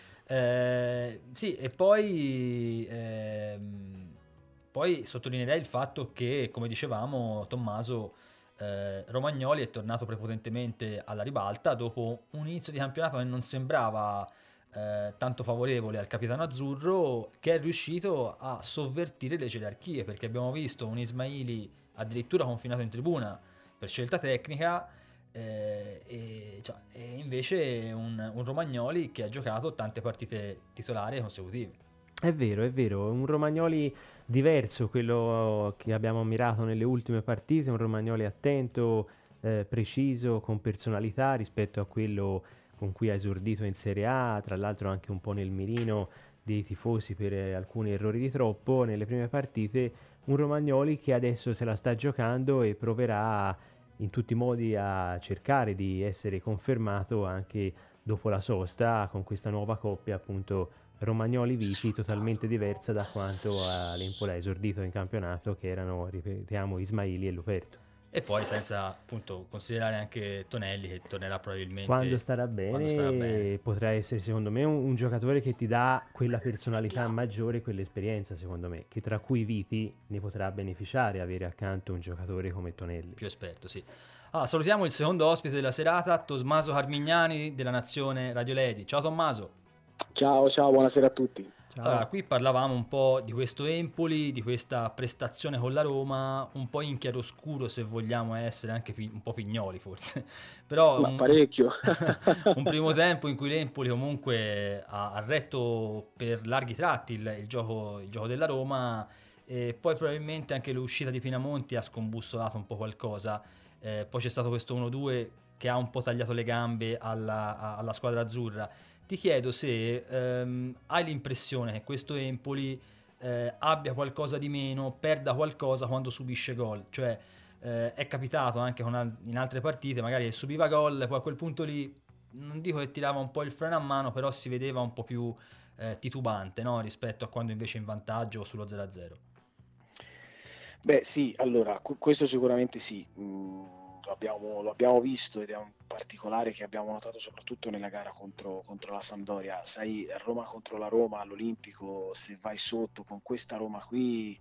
Eh, sì, e poi ehm, poi sottolineerei il fatto che, come dicevamo, Tommaso, eh, Romagnoli è tornato prepotentemente alla ribalta dopo un inizio di campionato che non sembrava eh, tanto favorevole al capitano azzurro, che è riuscito a sovvertire le gerarchie, perché abbiamo visto un Ismaili addirittura confinato in tribuna per scelta tecnica, eh, e, cioè, e invece un, un Romagnoli che ha giocato tante partite titolari consecutive. È vero, è vero, un Romagnoli diverso, quello che abbiamo ammirato nelle ultime partite, un Romagnoli attento, eh, preciso, con personalità rispetto a quello con cui ha esordito in Serie A, tra l'altro anche un po' nel mirino dei tifosi per eh, alcuni errori di troppo nelle prime partite. Un Romagnoli che adesso se la sta giocando e proverà in tutti i modi a cercare di essere confermato anche dopo la sosta con questa nuova coppia, appunto Romagnoli-Viti, totalmente diversa da quanto l'Empoli ha esordito in campionato, che erano, ripetiamo, Ismaili e Luperto. E poi senza appunto considerare anche Tonelli, che tornerà probabilmente quando starà bene, quando starà bene. Potrà essere secondo me un, un giocatore che ti dà quella personalità maggiore, quell'esperienza secondo me, che tra cui Viti ne potrà beneficiare, avere accanto un giocatore come Tonelli. Più esperto, sì. Ah, salutiamo il secondo ospite della serata, Tommaso Carmignani della Nazione Radio Lady. Ciao Tommaso. Ciao, ciao, buonasera a tutti. Ciao. Allora, qui parlavamo un po' di questo Empoli, di questa prestazione con la Roma, un po' in chiaroscuro se vogliamo essere anche pi- un po' pignoli forse, però Ma un, parecchio. un primo tempo in cui l'Empoli comunque ha, ha retto per larghi tratti il, il gioco, il gioco della Roma, e poi probabilmente anche l'uscita di Pinamonti ha scombussolato un po' qualcosa, eh, poi c'è stato questo uno due che ha un po' tagliato le gambe alla, a- alla squadra azzurra. Ti chiedo se ehm, hai l'impressione che questo Empoli eh, abbia qualcosa di meno, perda qualcosa quando subisce gol, cioè eh, è capitato anche con al- in altre partite magari che subiva gol, poi a quel punto lì non dico che tirava un po' il freno a mano, però si vedeva un po' più eh, titubante, no? Rispetto a quando invece in vantaggio sullo zero a zero. Beh, sì, allora, qu- questo sicuramente sì. Mm, lo abbiamo, lo abbiamo visto ed è un particolare che abbiamo notato soprattutto nella gara contro, contro la Sampdoria. Sai, Roma contro la Roma all'Olimpico, se vai sotto con questa Roma qui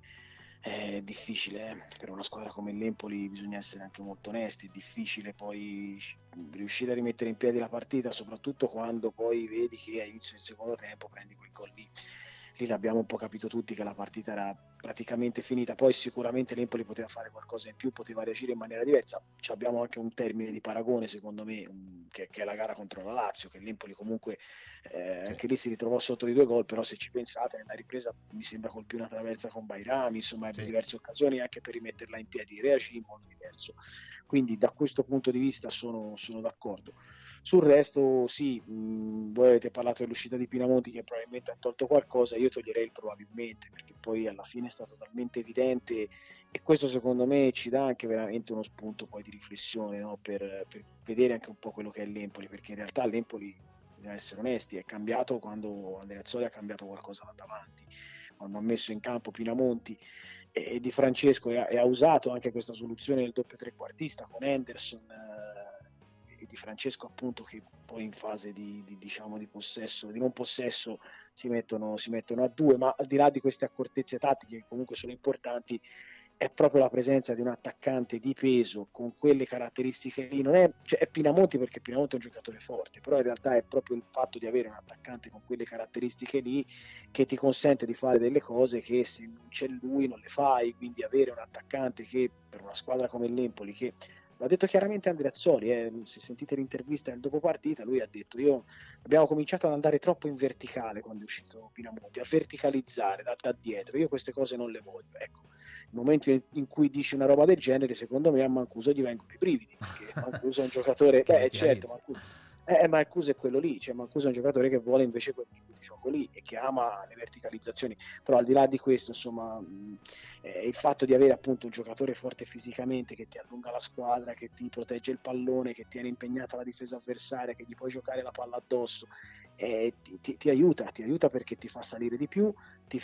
è difficile, eh. Per una squadra come l'Empoli bisogna essere anche molto onesti, è difficile poi riuscire a rimettere in piedi la partita, soprattutto quando poi vedi che all'inizio del secondo tempo prendi quel gol lì. Lì l'abbiamo un po' capito tutti che la partita era praticamente finita, poi sicuramente l'Empoli poteva fare qualcosa in più, poteva reagire in maniera diversa. Ci abbiamo anche un termine di paragone secondo me, um, che, che è la gara contro la Lazio, che l'Empoli comunque eh, Sì. anche lì si ritrovò sotto di due gol, però se ci pensate nella ripresa mi sembra colpì una traversa con Bairami, insomma ebbe Sì. diverse occasioni anche per rimetterla in piedi, reagì in modo diverso, quindi da questo punto di vista sono, sono d'accordo. Sul resto sì, mh, voi avete parlato dell'uscita di Pinamonti che probabilmente ha tolto qualcosa, io toglierei il probabilmente, perché poi alla fine è stato talmente evidente e questo secondo me ci dà anche veramente uno spunto poi di riflessione, no? per, per vedere anche un po' quello che è l'Empoli, perché in realtà l'Empoli, bisogna essere onesti, è cambiato quando Andreazzoli ha cambiato qualcosa là davanti, quando ha messo in campo Pinamonti e, e Di Francesco e ha, e ha usato anche questa soluzione del doppio trequartista con Henderson eh, di Francesco appunto, che poi in fase di, di, diciamo, di possesso, di non possesso si mettono, si mettono a due, ma al di là di queste accortezze tattiche che comunque sono importanti, è proprio la presenza di un attaccante di peso con quelle caratteristiche lì. Non è, cioè, è Pinamonti, perché Pinamonti è un giocatore forte, però in realtà è proprio il fatto di avere un attaccante con quelle caratteristiche lì che ti consente di fare delle cose che se non c'è lui non le fai, quindi avere un attaccante che per una squadra come l'Empoli, che l'ha detto chiaramente Andreazzoli, eh, se sentite l'intervista del dopo partita, lui ha detto io abbiamo cominciato ad andare troppo in verticale quando è uscito Pinamonti, a verticalizzare da, da dietro, io queste cose non le voglio, ecco. Nel momento in, in cui dici una roba del genere, secondo me a Mancuso gli vengono i brividi, perché Mancuso è un giocatore, beh certo, Mancuso, eh, Mancuso è quello lì, cioè Mancuso è un giocatore che vuole invece quel tipo di gioco lì e che ama le verticalizzazioni, però al di là di questo, insomma, mh, eh, il fatto di avere appunto un giocatore forte fisicamente che ti allunga la squadra, che ti protegge il pallone, che tiene impegnata la difesa avversaria, che gli puoi giocare la palla addosso, eh, ti, ti, ti aiuta, ti aiuta perché ti fa salire di più, ti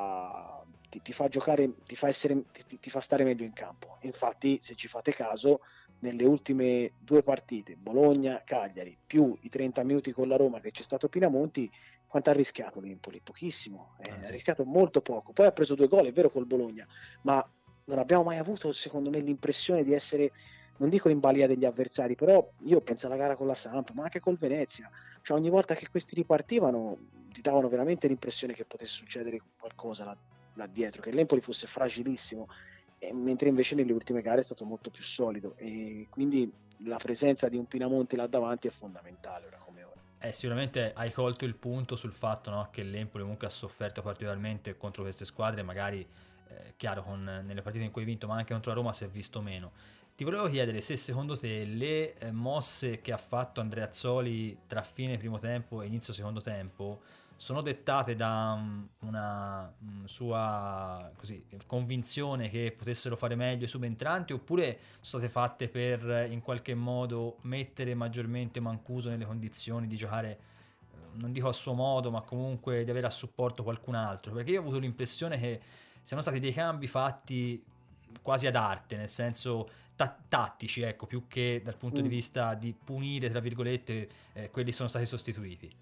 fa, ti, ti fa giocare, ti fa, essere, ti, ti fa stare meglio in campo. Infatti, se ci fate caso, nelle ultime due partite, Bologna-Cagliari, più i trenta minuti con la Roma che c'è stato Pinamonti, quanto ha rischiato l'Empoli? Pochissimo, eh, ah, sì. ha rischiato molto poco. Poi ha preso due gol, è vero, col Bologna, ma non abbiamo mai avuto, secondo me, l'impressione di essere, non dico in balia degli avversari, però io penso alla gara con la Samp, ma anche col Venezia, cioè ogni volta che questi ripartivano ti davano veramente l'impressione che potesse succedere qualcosa là, là dietro, che l'Empoli fosse fragilissimo, e, mentre invece nelle ultime gare è stato molto più solido, e quindi la presenza di un Pinamonti là davanti è fondamentale ora come ora. Eh, sicuramente hai colto il punto sul fatto, no, che l'Empoli comunque ha sofferto particolarmente contro queste squadre, magari eh, chiaro con, nelle partite in cui hai vinto, ma anche contro la Roma si è visto meno. Ti volevo chiedere se secondo te le eh, mosse che ha fatto Andreazzoli tra fine primo tempo e inizio secondo tempo sono dettate da um, una um, sua così, convinzione che potessero fare meglio i subentranti, oppure sono state fatte per in qualche modo mettere maggiormente Mancuso nelle condizioni di giocare, non dico a suo modo, ma comunque di avere a supporto qualcun altro? Perché io ho avuto l'impressione che siano stati dei cambi fatti quasi ad arte, nel senso ta- tattici, ecco, più che dal punto mm. di vista di punire, tra virgolette, eh, quelli sono stati sostituiti.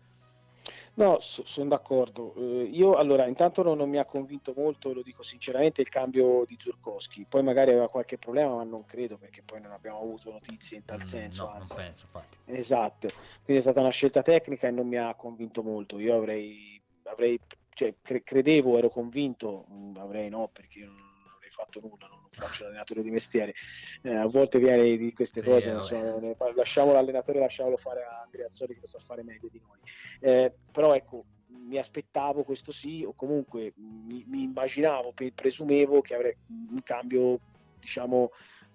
No, so, sono d'accordo. Eh, io allora intanto non, non mi ha convinto molto, lo dico sinceramente, il cambio di Zurkowski. Poi magari aveva qualche problema, ma non credo, perché poi non abbiamo avuto notizie in tal mm, senso. No, anzi. non penso, infatti. Esatto, quindi è stata una scelta tecnica e non mi ha convinto molto. Io avrei, avrei cioè, cre- credevo, ero convinto, mh, avrei no, perché io non avrei fatto nulla, non, non faccio l'allenatore di mestiere, eh, a volte viene di queste Sì, cose, eh, ma vabbè. insomma, ne fa- lasciamo l'allenatore, lasciamolo fare a Andreazzoli che lo sa fare meglio di noi. Eh, però ecco, mi aspettavo questo sì, o comunque mi, mi immaginavo, pe- presumevo che avrei un cambio, diciamo,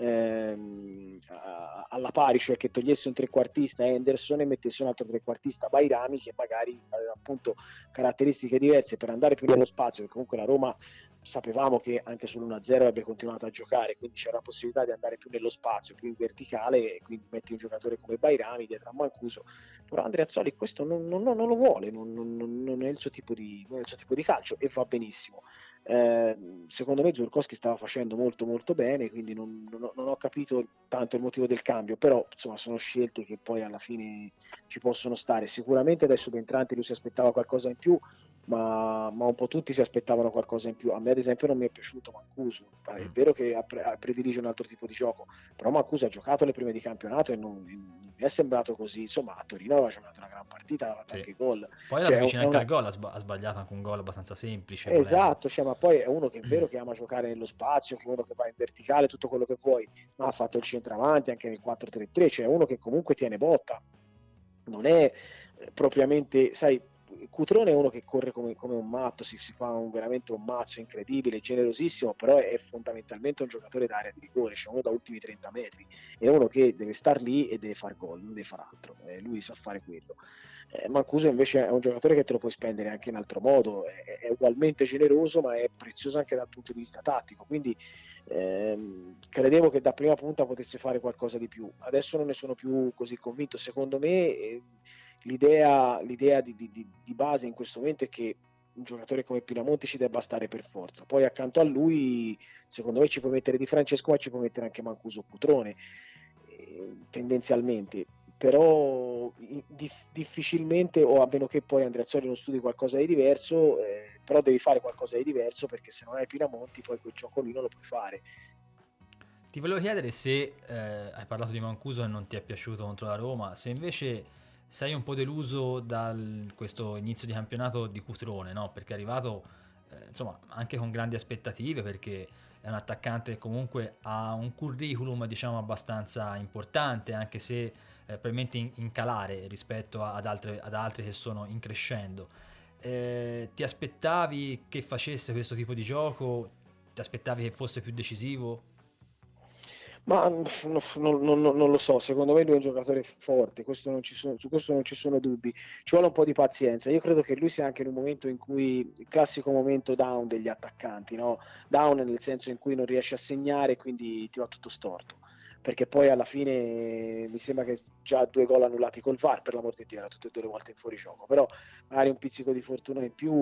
ehm, a- alla pari, cioè che togliesse un trequartista Henderson e mettesse un altro trequartista Bairami, che magari aveva appunto caratteristiche diverse per andare più nello spazio, perché comunque la Roma sapevamo che anche sull'uno a zero avrebbe continuato a giocare, quindi c'era la possibilità di andare più nello spazio, più in verticale, e quindi metti un giocatore come Bairami dietro a Mancuso. Però Andreazzoli questo non, non, non lo vuole, non, non, non è il suo tipo di, non è il suo tipo di calcio, e va benissimo. Eh, secondo me Żurkowski stava facendo molto molto bene, quindi non, non, ho, non ho capito tanto il motivo del cambio, però insomma sono scelte che poi alla fine ci possono stare. Sicuramente dai subentranti lui si aspettava qualcosa in più, ma, ma un po' tutti si aspettavano qualcosa in più. A me ad esempio non mi è piaciuto Mancuso, è vero che ha pre- ha predilige un altro tipo di gioco, però Mancuso ha giocato le prime di campionato e non, non mi è sembrato così. Insomma, a Torino aveva giocato una gran partita, aveva fatto Sì. anche gol. Poi era Cioè, è vicino una... anche al gol, ha, sba- ha sbagliato anche un gol abbastanza semplice. Esatto, cioè, ma poi è uno che è vero che ama giocare nello spazio, che è uno che va in verticale, tutto quello che vuoi, ma ha fatto il centravanti anche nel quattro tre tre, cioè è uno che comunque tiene botta, non è eh, propriamente, sai, Cutrone è uno che corre come, come un matto, si, si fa un, veramente un mazzo incredibile, generosissimo, però è fondamentalmente un giocatore d'area di rigore, cioè uno da ultimi trenta metri, è uno che deve star lì e deve far gol, non deve fare altro, eh, lui sa fare quello. Eh, Mancuso invece è un giocatore che te lo puoi spendere anche in altro modo, è, è ugualmente generoso, ma è prezioso anche dal punto di vista tattico, quindi ehm, credevo che da prima punta potesse fare qualcosa di più. Adesso non ne sono più così convinto. Secondo me eh, l'idea, l'idea di, di, di base in questo momento è che un giocatore come Pinamonti ci debba stare per forza. Poi accanto a lui, secondo me, ci puoi mettere Di Francesco, ma ci puoi mettere anche Mancuso o Cutrone, eh, tendenzialmente. Però dif- difficilmente, o a meno che poi Andreazzoli non studi qualcosa di diverso, eh, però devi fare qualcosa di diverso, perché se non hai Pinamonti poi quel gioco lì non lo puoi fare. Ti volevo chiedere se eh, hai parlato di Mancuso e non ti è piaciuto contro la Roma, se invece sei un po' deluso da questo inizio di campionato di Cutrone, no? Perché è arrivato eh, insomma anche con grandi aspettative, perché è un attaccante che comunque ha un curriculum diciamo abbastanza importante, anche se eh, probabilmente in, in calare rispetto ad, altre, ad altri che sono in crescendo. Eh, ti aspettavi che facesse questo tipo di gioco? Ti aspettavi che fosse più decisivo? Ma non, non- non- non lo so, secondo me lui è un giocatore forte, questo non ci sono- su questo non ci sono dubbi. Ci vuole un po' di pazienza. Io credo che lui sia anche in un momento in cui, il classico momento down degli attaccanti, no? Down nel senso in cui non riesci a segnare e quindi ti va tutto storto. Perché poi alla fine mi sembra che già due gol annullati col V A R, per l'amor di Dio, era tutte e due le volte in fuorigioco, però magari un pizzico di fortuna in più,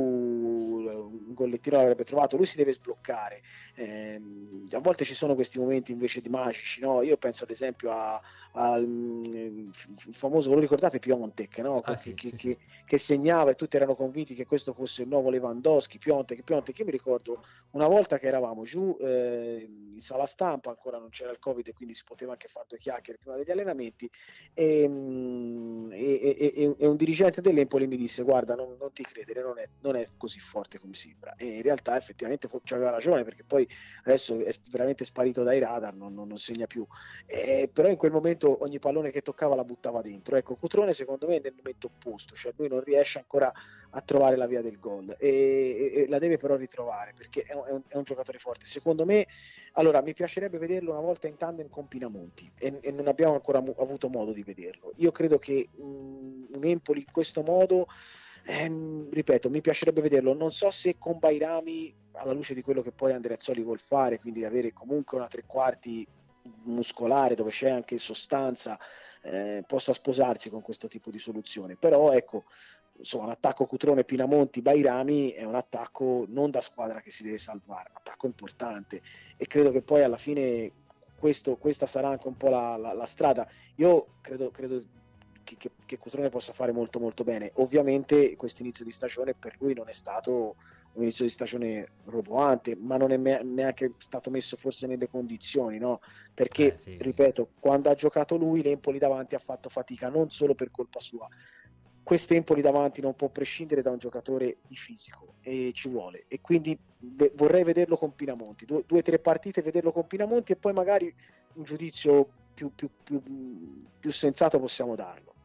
un gollettino l'avrebbe trovato. Lui si deve sbloccare. Eh, a volte ci sono questi momenti invece di magici, no? Io penso ad esempio a, al mm, il famoso, lo ricordate, Piontek, no? Ah che, sì, che, sì, sì. che, che segnava e tutti erano convinti che questo fosse il nuovo Lewandowski. Piontek, Piontek, io mi ricordo una volta che eravamo giù eh, in sala stampa, ancora non c'era il Covid e quindi si poteva anche fare due chiacchiere prima degli allenamenti, e, mm, e, e, e un dirigente dell'Empoli mi disse: guarda, non, non ti credere, non è, non è così forte come sembra. E in realtà effettivamente aveva ragione, perché poi adesso è veramente sparito dai radar, non, non, non segna più. Eh, però in quel momento ogni pallone che toccava la buttava dentro. Ecco, Cutrone secondo me è nel momento opposto, cioè lui non riesce ancora a trovare la via del gol, e, e, e la deve però ritrovare, perché è un, è un giocatore forte. Secondo me, allora, mi piacerebbe vederlo una volta in tandem con Pinamonti, e, e non abbiamo ancora mu- avuto modo di vederlo. Io credo che mh, un Empoli in questo modo, ehm, ripeto, mi piacerebbe vederlo. Non so se con Bairami, alla luce di quello che poi Andreazzoli vuol fare, quindi avere comunque una tre quarti muscolare dove c'è anche sostanza, eh, possa sposarsi con questo tipo di soluzione. Però ecco, insomma, l'attacco Cutrone, Pinamonti, Bairami è un attacco non da squadra che si deve salvare, un attacco importante, e credo che poi alla fine questo, questa sarà anche un po' la, la, la strada. Io credo, credo che, che, che Cutrone possa fare molto molto bene. Ovviamente questo inizio di stagione per lui non è stato un inizio di stagione roboante, ma non è me- neanche stato messo forse nelle condizioni, no? Perché, Eh, sì. ripeto, quando ha giocato lui l'Empoli davanti ha fatto fatica, non solo per colpa sua, quest'Empoli davanti non può prescindere da un giocatore di fisico, e ci vuole, e quindi ve- vorrei vederlo con Pinamonti, due o tre partite vederlo con Pinamonti, e poi magari un giudizio più, più, più, più sensato possiamo darlo.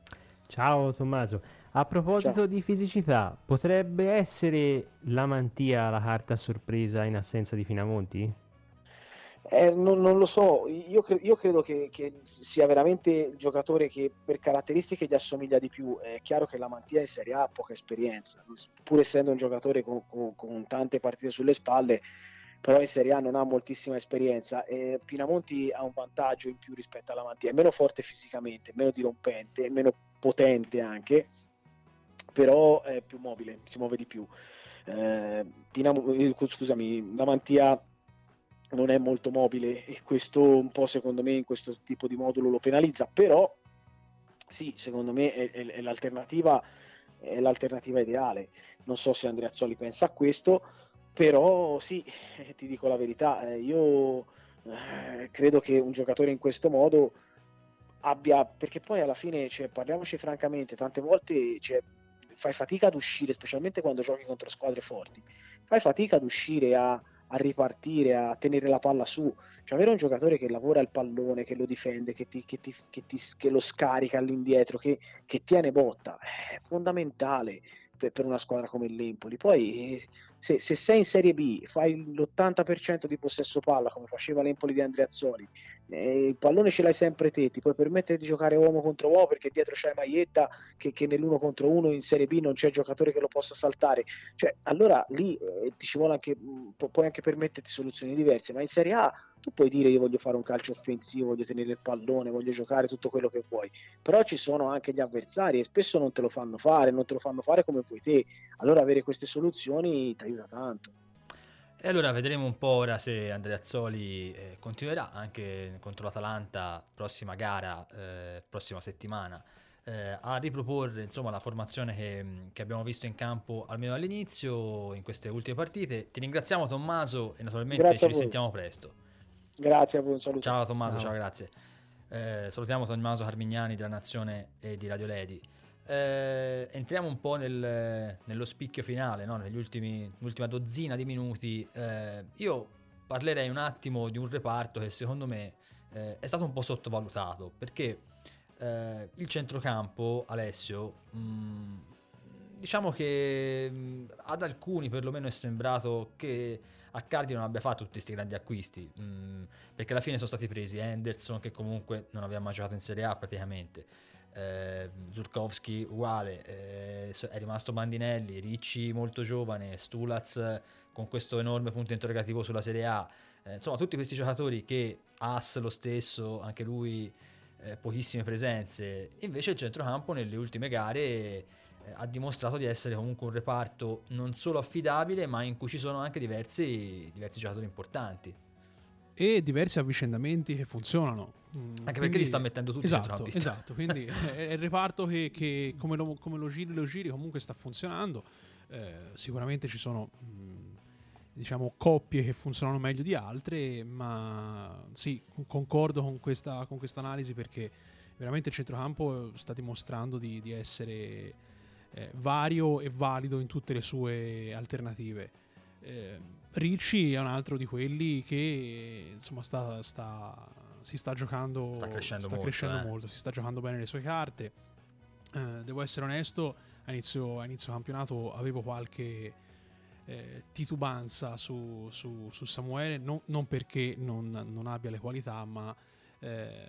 Ciao Tommaso, a proposito Ciao. di fisicità, potrebbe essere la Mantia la carta a sorpresa in assenza di Pinamonti? Eh, non, non lo so, io, cre- io credo che, che sia veramente il giocatore che per caratteristiche gli assomiglia di più. È chiaro che la Mantia in Serie A ha poca esperienza, pur essendo un giocatore con, con- con tante partite sulle spalle, però in Serie A non ha moltissima esperienza. E Pinamonti ha un vantaggio in più rispetto alla Mantia, è meno forte fisicamente, meno dirompente, meno potente anche, però è più mobile, si muove di più. Eh, Pinam- eh, scusami, la Mantia non è molto mobile, e questo un po' secondo me in questo tipo di modulo lo penalizza, però sì, secondo me è, è, è l'alternativa è l'alternativa ideale. Non so se Andreazzoli pensa a questo, però sì, eh, ti dico la verità, eh, io eh, credo che un giocatore in questo modo abbia, perché poi alla fine, cioè, parliamoci francamente, tante volte, cioè, fai fatica ad uscire, specialmente quando giochi contro squadre forti, fai fatica ad uscire a, a ripartire, a tenere la palla su. Cioè, avere un giocatore che lavora il pallone, che lo difende, che, ti, che, ti, che, ti, che lo scarica all'indietro, che, che tiene botta, è fondamentale per, per una squadra come l'Empoli. Poi eh, se, se sei in Serie B, fai l'ottanta per cento di possesso palla come faceva l'Empoli di Andreazzoli, eh, il pallone ce l'hai sempre te, ti puoi permettere di giocare uomo contro uomo perché dietro c'hai Maietta che, che nell'uno contro uno in Serie B non c'è giocatore che lo possa saltare. Cioè, allora lì eh, ti ci vuole anche, pu- puoi anche permetterti soluzioni diverse, ma in Serie A tu puoi dire io voglio fare un calcio offensivo, voglio tenere il pallone, voglio giocare tutto quello che vuoi, però ci sono anche gli avversari e spesso non te lo fanno fare, non te lo fanno fare come vuoi te. Allora avere queste soluzioni ti aiuta tanto. E allora vedremo un po' ora se Andreazzoli eh, continuerà anche contro l'Atalanta, prossima gara, eh, prossima settimana, eh, a riproporre insomma la formazione che, che abbiamo visto in campo almeno all'inizio in queste ultime partite. Ti ringraziamo Tommaso e naturalmente Grazie ci a voi. risentiamo presto. Grazie a voi, un saluto. Ciao Tommaso, ciao, Ciao. grazie. Eh, salutiamo Tommaso Carmignani della Nazione e di Radio Ledi. Eh, entriamo un po' nel, nello spicchio finale, no? Negli ultimi, l'ultima dozzina di minuti. Eh, io parlerei un attimo di un reparto che secondo me eh, è stato un po' sottovalutato, perché eh, il centrocampo, Alessio, mh, diciamo che mh, ad alcuni perlomeno è sembrato che a Cardi non abbia fatto tutti questi grandi acquisti, mh, perché alla fine sono stati presi Henderson, che comunque non aveva mai giocato in Serie A praticamente, eh, Zurkowski uguale, eh, è rimasto Bandinelli, Ricci molto giovane, Stulaz con questo enorme punto interrogativo sulla Serie A, eh, insomma tutti questi giocatori che As lo stesso, anche lui eh, pochissime presenze. Invece il centrocampo nelle ultime gare eh, ha dimostrato di essere comunque un reparto non solo affidabile, ma in cui ci sono anche diversi, diversi giocatori importanti. E diversi avvicendamenti che funzionano. Mm, Anche quindi- perché li sta mettendo tutti esatto, centrocampisti. esatto, quindi è il reparto che, che come, lo, come lo giri lo giri comunque sta funzionando. Eh, sicuramente ci sono mh, diciamo coppie che funzionano meglio di altre, ma sì, concordo con questa con questa analisi, perché veramente il centrocampo sta dimostrando di, di essere eh, vario e valido in tutte le sue alternative. Eh, Ricci è un altro di quelli che insomma sta, sta, si sta giocando Sta crescendo sta molto, crescendo eh. molto, si sta giocando bene le sue carte. Eh, devo essere onesto, a inizio, a inizio campionato avevo qualche eh, titubanza su, su, su Samuele, non, non perché non, non abbia le qualità, ma eh,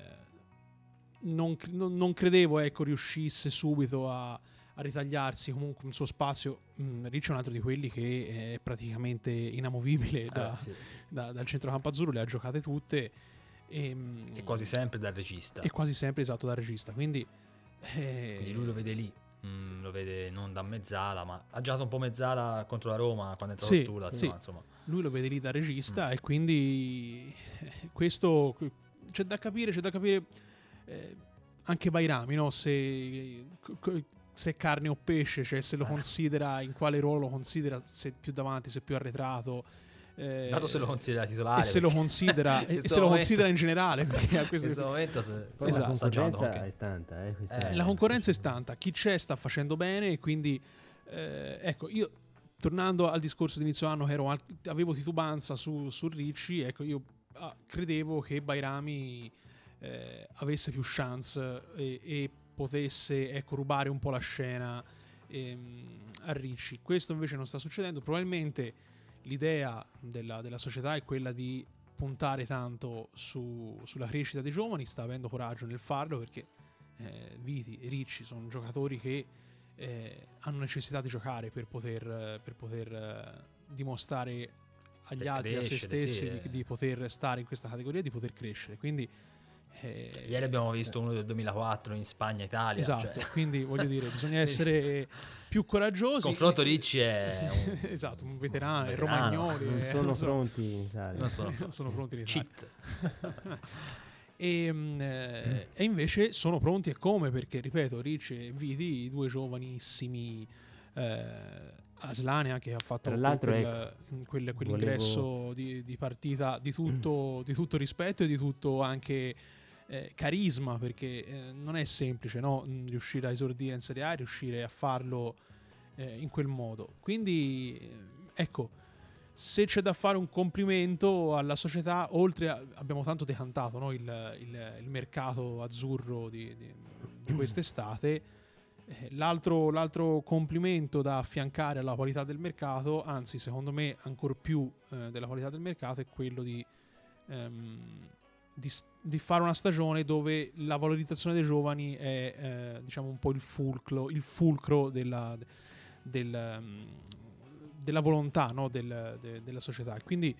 non, non, non credevo ecco, riuscisse subito a, a ritagliarsi comunque un suo spazio. mm, Ricci è un altro di quelli che è praticamente inamovibile da, Eh, sì. da- dal centrocampo azzurro, le ha giocate tutte e, mm, E quasi sempre dal regista. e quasi sempre esatto dal regista, quindi, eh, Quindi lui lo vede lì, mm, lo vede non da mezzala, ma ha giocato un po' mezzala contro la Roma quando è entrato Sì, Stulaz, sì. no, insomma. lui lo vede lì da regista Mm. e quindi eh, questo c'è da capire, c'è da capire eh, anche Bairami, no? se, co- se è carne o pesce, cioè se lo Eh. considera, in quale ruolo lo considera, se più davanti, se più arretrato. Eh, dato se lo considera titolare e se lo considera, e se lo momento, considera in generale, perché a in questo questo momento se, Poi esatto. la sta giocando concorrenza anche. è tanta, eh, questa Eh, è la concorrenza è sì. tanta, chi c'è sta facendo bene, e quindi eh, ecco, io tornando al discorso di inizio anno che ero al- avevo titubanza su, su Ricci, ecco, io ah, credevo che Bairami eh, avesse più chance e, e potesse, ecco, rubare un po' la scena ehm, a Ricci. Questo invece non sta succedendo. Probabilmente l'idea della, della società è quella di puntare tanto su- sulla crescita dei giovani, sta avendo coraggio nel farlo, perché eh, Viti e Ricci sono giocatori che eh, hanno necessità di giocare per poter, per poter eh, dimostrare agli Per altri, a se crescere, stessi, sì, di, eh. di poter stare in questa categoria, di poter crescere. Quindi eh, Ieri abbiamo visto uno del duemilaquattro in Spagna Italia, esatto, cioè, quindi voglio dire, bisogna essere più coraggiosi. il confronto Ricci è un esatto, un veterano, un il veterano. Romagnoli, Non eh, sono non so. pronti in Italia. non sono, non sono pronti in Italia. cheat. E, mm, eh, e invece sono pronti, e come, perché ripeto, Ricci e Viti, i due giovanissimi, eh, Aslani anche, che ha fatto Tra quel- l'altro, quel- ecco, quel- quell'ingresso volevo- di, di partita di tutto, di tutto rispetto e di tutto anche eh, carisma, perché eh, non è semplice, no? Mm, riuscire a esordire in Serie A, riuscire a farlo eh, in quel modo. Quindi eh, ecco, se c'è da fare un complimento alla società, oltre a, abbiamo tanto decantato, no, il, il- il mercato azzurro di, di- di quest'estate, eh, l'altro, l'altro complimento da affiancare alla qualità del mercato, anzi secondo me ancor più eh, della qualità del mercato, è quello di, ehm, di, s- di fare una stagione dove la valorizzazione dei giovani è eh, diciamo un po' il fulcro, il fulcro della, del, ehm, della volontà, no, del- de- della società. Quindi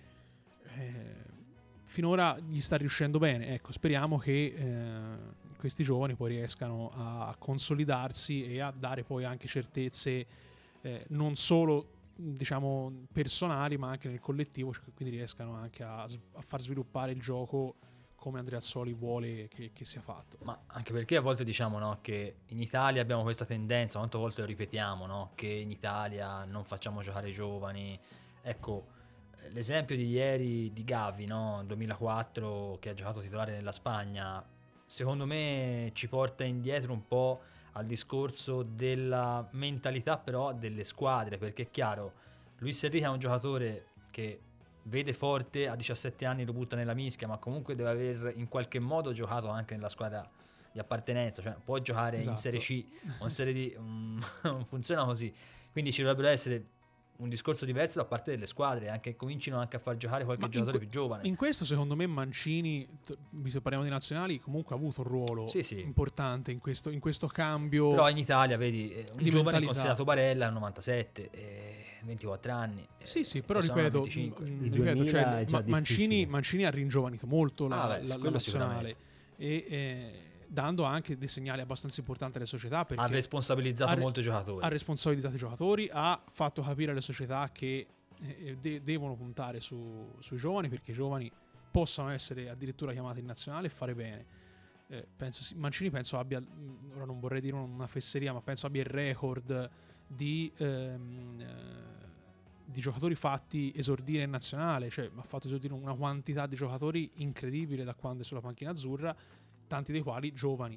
eh, finora gli sta riuscendo bene. Ecco, speriamo che eh, questi giovani poi riescano a consolidarsi e a dare poi anche certezze eh, non solo, diciamo, personali, ma anche nel collettivo, cioè che quindi riescano anche a, s- a far sviluppare il gioco come Andreazzoli vuole che, che sia fatto. Ma anche perché a volte diciamo, no, che in Italia abbiamo questa tendenza, quante volte lo ripetiamo, no, che in Italia non facciamo giocare i giovani. Ecco, eh, l'esempio di ieri di Gavi, no, duemilaquattro, che ha giocato titolare nella Spagna, secondo me ci porta indietro un po' al discorso della mentalità però delle squadre, perché è chiaro, Luis Enrique è un giocatore che vede forte, a diciassette anni lo butta nella mischia, ma comunque deve aver in qualche modo giocato anche nella squadra di appartenenza, cioè può giocare Esatto. in Serie C o in Serie D, mm, non funziona così. Quindi ci dovrebbero essere un discorso diverso da parte delle squadre, anche comincino anche a far giocare qualche Ma in giocatore que- più giovane. In questo secondo me Mancini, t- visto che parliamo di nazionali, comunque ha avuto un ruolo Sì, sì. importante in questo, in questo cambio. Però in Italia, vedi, eh, un di giovane mentalità. considerato Barella è novantasette, eh, ventiquattro anni. eh, Sì, sì, però questo anno ripeto, venticinque. mm, Il ripeto, duemila cioè, è già Ma- Mancini, difficile. Mancini ha ringiovanito molto la, Ah, beh, la- la quello nazionale, sicuramente. e eh, dando anche dei segnali abbastanza importanti alle società, perché Ha responsabilizzato ha re- molto i giocatori. ha responsabilizzato i giocatori, ha fatto capire alle società che eh, de- devono puntare su- sui giovani, perché i giovani possono essere addirittura chiamati in nazionale e fare bene. Eh, penso, sì, Mancini penso abbia, mh, ora non vorrei dire una fesseria, ma penso abbia il record di, ehm, eh, di giocatori fatti esordire in nazionale, cioè ha fatto esordire una quantità di giocatori incredibile da quando è sulla panchina azzurra, tanti dei quali giovani.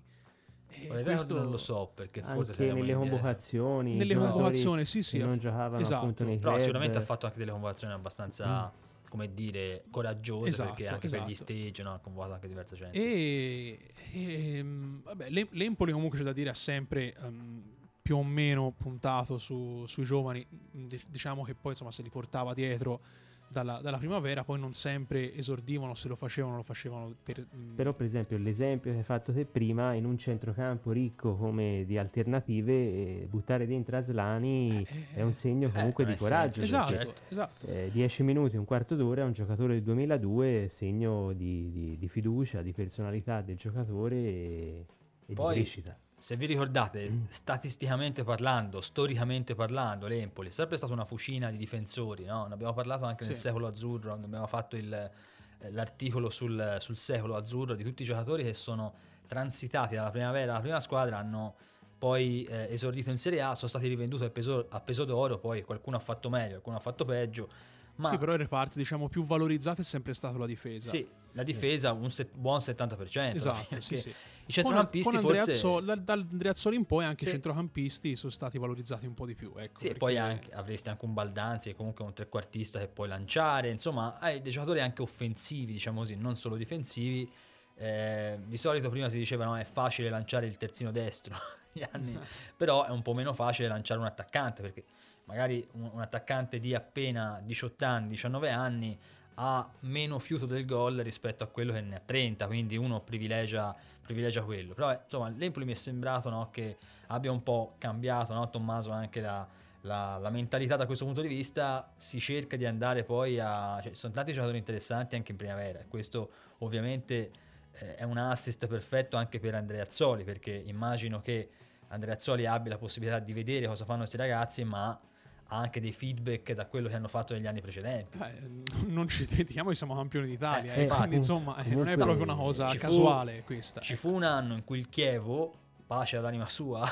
E Poi il questo- record non lo so, perché forse Anche saremo nelle indietro. convocazioni, Nelle giocatori convocazioni, sì, sì, che ha- non giocavano esatto. appunto nei Però club. sicuramente ha fatto anche delle convocazioni abbastanza, come dire, coraggiose, Esatto, perché anche per gli esatto. stage, no, ha convocato anche diversa gente. E, ehm, vabbè, l'Em- l'Empoli comunque c'è da dire ha sempre ehm, più o meno puntato su- sui giovani. Dic- diciamo che poi insomma se li portava dietro dalla, dalla primavera, poi non sempre esordivano, se lo facevano lo facevano per, mm, Però per esempio l'esempio che hai fatto te prima, in un centrocampo ricco come di alternative, eh, buttare dentro Aslani eh, è un segno comunque eh, di è coraggio. semplice, esatto, perché, certo. esatto. eh, dieci minuti, un quarto d'ora, un giocatore del duemiladue, segno di, di- di fiducia, di personalità del giocatore e, e Poi- di crescita. Se vi ricordate, statisticamente parlando, storicamente parlando, l'Empoli è sempre stata una fucina di difensori, no? Ne abbiamo parlato anche nel Sì. secolo azzurro, quando abbiamo fatto il, eh, l'articolo sul, sul secolo azzurro, di tutti i giocatori che sono transitati dalla primavera alla prima squadra, hanno poi eh, esordito in Serie A, sono stati rivenduti a peso, a peso d'oro, poi qualcuno ha fatto meglio, qualcuno ha fatto peggio, Ma sì, però il reparto diciamo più valorizzato è sempre stato la difesa. Sì, la difesa un set, buon settanta per cento. Esatto, sì, sì. I centrocampisti con, con forse... Andreazzoli, da, da Andreazzoli in poi anche sì. i centrocampisti sono stati valorizzati un po' di più. Ecco, sì, e poi anche, avresti anche un Baldanzi che comunque è un trequartista che puoi lanciare, insomma hai dei giocatori anche offensivi, diciamo così, non solo difensivi. Eh, di solito prima si diceva no, è facile lanciare il terzino destro negli anni, però è un po' meno facile lanciare un attaccante, perché magari un, un attaccante di appena diciotto anni, diciannove anni ha meno fiuto del gol rispetto a quello che ne ha trenta, quindi uno privilegia, privilegia quello. Però insomma l'Empoli mi è sembrato, no, che abbia un po' cambiato, no, Tommaso, anche la, la, la mentalità da questo punto di vista. Si cerca di andare poi a... cioè, sono tanti giocatori interessanti anche in primavera, e questo ovviamente eh, è un assist perfetto anche per Andreazzoli, perché immagino che Andreazzoli abbia la possibilità di vedere cosa fanno questi ragazzi, ma ha anche dei feedback da quello che hanno fatto negli anni precedenti. Eh, non ci dimentichiamo che siamo campioni d'Italia, eh, eh, quindi insomma eh, non è proprio una cosa ci casuale fu, questa. Ci fu un anno in cui il Chievo, pace all'anima sua,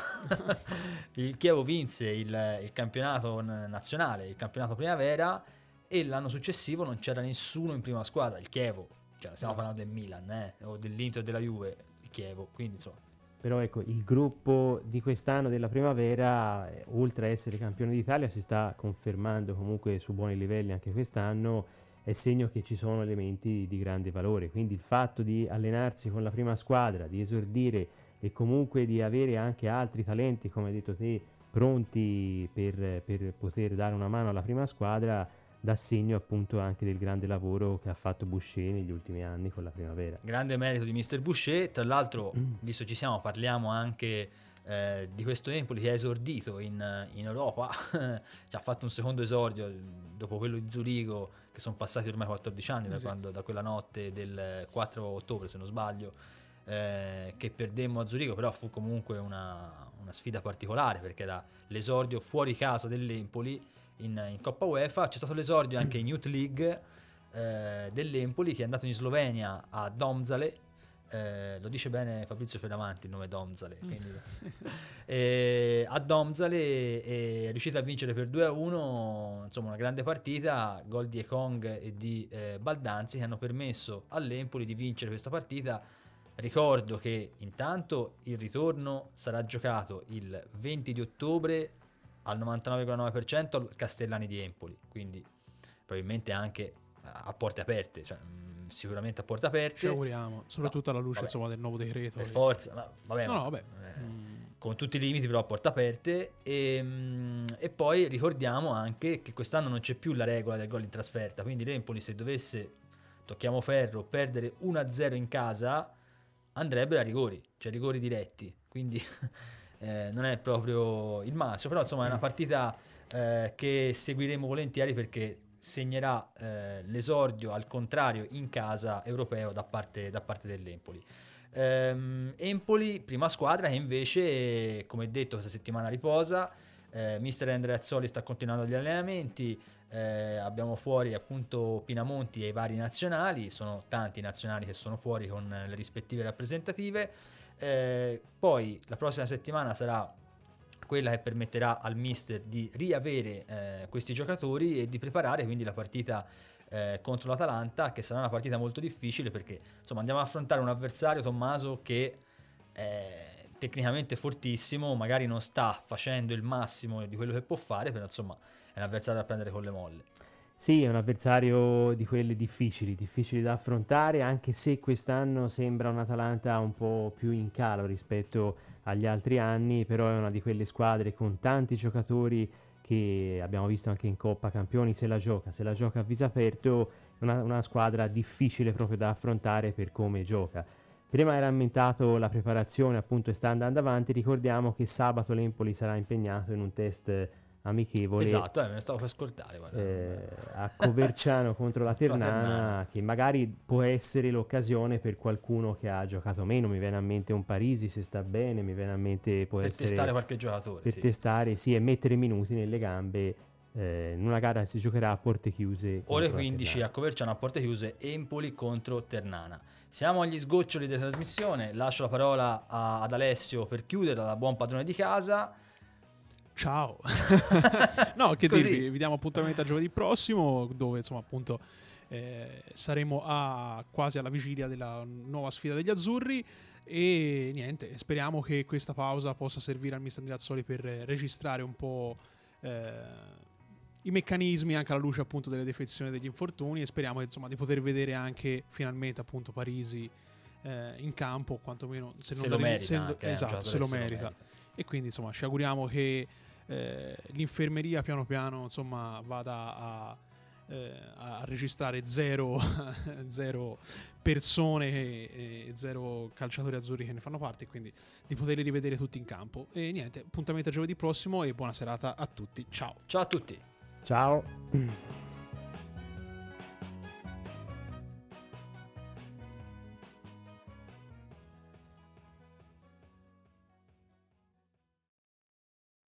il Chievo vinse il, il campionato nazionale, il campionato primavera, e l'anno successivo non c'era nessuno in prima squadra, il Chievo, cioè stiamo parlando del Milan eh, o dell'Inter o della Juve, il Chievo, quindi insomma. Però ecco, il gruppo di quest'anno della primavera, eh, oltre a essere campione d'Italia, si sta confermando comunque su buoni livelli anche quest'anno, è segno che ci sono elementi di grande valore. Quindi il fatto di allenarsi con la prima squadra, di esordire e comunque di avere anche altri talenti, come hai detto te, pronti per, per poter dare una mano alla prima squadra, dà segno appunto anche del grande lavoro che ha fatto Boucher negli ultimi anni con la primavera. Grande merito di mister Boucher. Tra l'altro, mm. visto ci siamo, parliamo anche eh, di questo Empoli che è esordito in, in Europa, ci ha fatto un secondo esordio dopo quello di Zurigo, che sono passati ormai quattordici anni, sì. da, quando, da quella notte del quattro ottobre se non sbaglio, eh, che perdemmo a Zurigo, però fu comunque una, una sfida particolare, perché era l'esordio fuori casa dell'Empoli In, in Coppa UEFA. C'è stato l'esordio anche in Youth League eh, dell'Empoli, che è andato in Slovenia a Domzale, eh, lo dice bene Fabrizio Fioravanti il nome Domzale, quindi, eh, a Domzale è riuscito a vincere per due a uno, insomma una grande partita, gol di Ekong e di eh, Baldanzi, che hanno permesso all'Empoli di vincere questa partita. Ricordo che intanto il ritorno sarà giocato il venti di ottobre al novantanove virgola nove per cento al Castellani di Empoli, quindi probabilmente anche a porte aperte, cioè mh, sicuramente a porte aperte. Ci auguriamo, soprattutto no, alla luce vabbè, insomma del nuovo decreto. Per forza, no, vabbè, no, ma, no, vabbè. Eh, mm. con tutti i limiti, però a porte aperte. E, mh, e poi ricordiamo anche che quest'anno non c'è più la regola del gol in trasferta, quindi l'Empoli, se dovesse, tocchiamo ferro, perdere uno a zero in casa, andrebbero a rigori, cioè rigori diretti, quindi Eh, non è proprio il massimo, però insomma è una partita eh, che seguiremo volentieri, perché segnerà eh, l'esordio al contrario in casa europeo da parte, da parte dell'Empoli. Ehm, Empoli, prima squadra che invece, come detto, questa settimana riposa, eh, mister Andreazzoli sta continuando gli allenamenti, eh, abbiamo fuori appunto Pinamonti e i vari nazionali, sono tanti i nazionali che sono fuori con le rispettive rappresentative. Eh, poi la prossima settimana sarà quella che permetterà al mister di riavere eh, questi giocatori e di preparare quindi la partita eh, contro l'Atalanta, che sarà una partita molto difficile, perché insomma andiamo ad affrontare un avversario, Tommaso, che è tecnicamente fortissimo, magari non sta facendo il massimo di quello che può fare, però insomma è un avversario da prendere con le molle. Sì, è un avversario di quelli difficili, difficili da affrontare, anche se quest'anno sembra un Atalanta un po' più in calo rispetto agli altri anni, però è una di quelle squadre con tanti giocatori che abbiamo visto anche in Coppa Campioni, se la gioca, se la gioca a viso aperto, è una, una squadra difficile proprio da affrontare per come gioca. Prima era aumentato la preparazione, appunto, e sta andando avanti. Ricordiamo che sabato l'Empoli sarà impegnato in un test amichevole, esatto, eh, me ne stavo per ascoltare, eh, a Coverciano contro la Ternana, Ternana, che magari può essere l'occasione per qualcuno che ha giocato meno. Mi viene a mente un Parisi, se sta bene, mi viene a mente può per essere testare qualche giocatore, per sì. testare, sì, e mettere minuti nelle gambe, eh, in una gara che si giocherà a porte chiuse, ore quindici a Coverciano a porte chiuse, Empoli contro Ternana. Siamo agli sgoccioli della trasmissione, lascio la parola a, ad Alessio per chiudere, da buon padrone di casa. ciao. No, che Così. dirvi, vi diamo appuntamento a giovedì prossimo, dove insomma appunto eh, saremo a, quasi alla vigilia della nuova sfida degli azzurri. E niente, speriamo che questa pausa possa servire al mister Nerazzoli per registrare un po' eh, i meccanismi anche alla luce appunto delle defezioni e degli infortuni, e speriamo insomma di poter vedere anche finalmente appunto Parisi eh, in campo, quantomeno se, se non lo da, merita se, anche, eh, esatto, un se lo giocatore merita. se lo merita. E E quindi insomma ci auguriamo che eh, l'infermeria piano piano insomma vada a, eh, a registrare zero, zero persone e, e zero calciatori azzurri che ne fanno parte, quindi di poterli rivedere tutti in campo. E niente, appuntamento a giovedì prossimo e buona serata a tutti. Ciao. ciao a tutti. Ciao.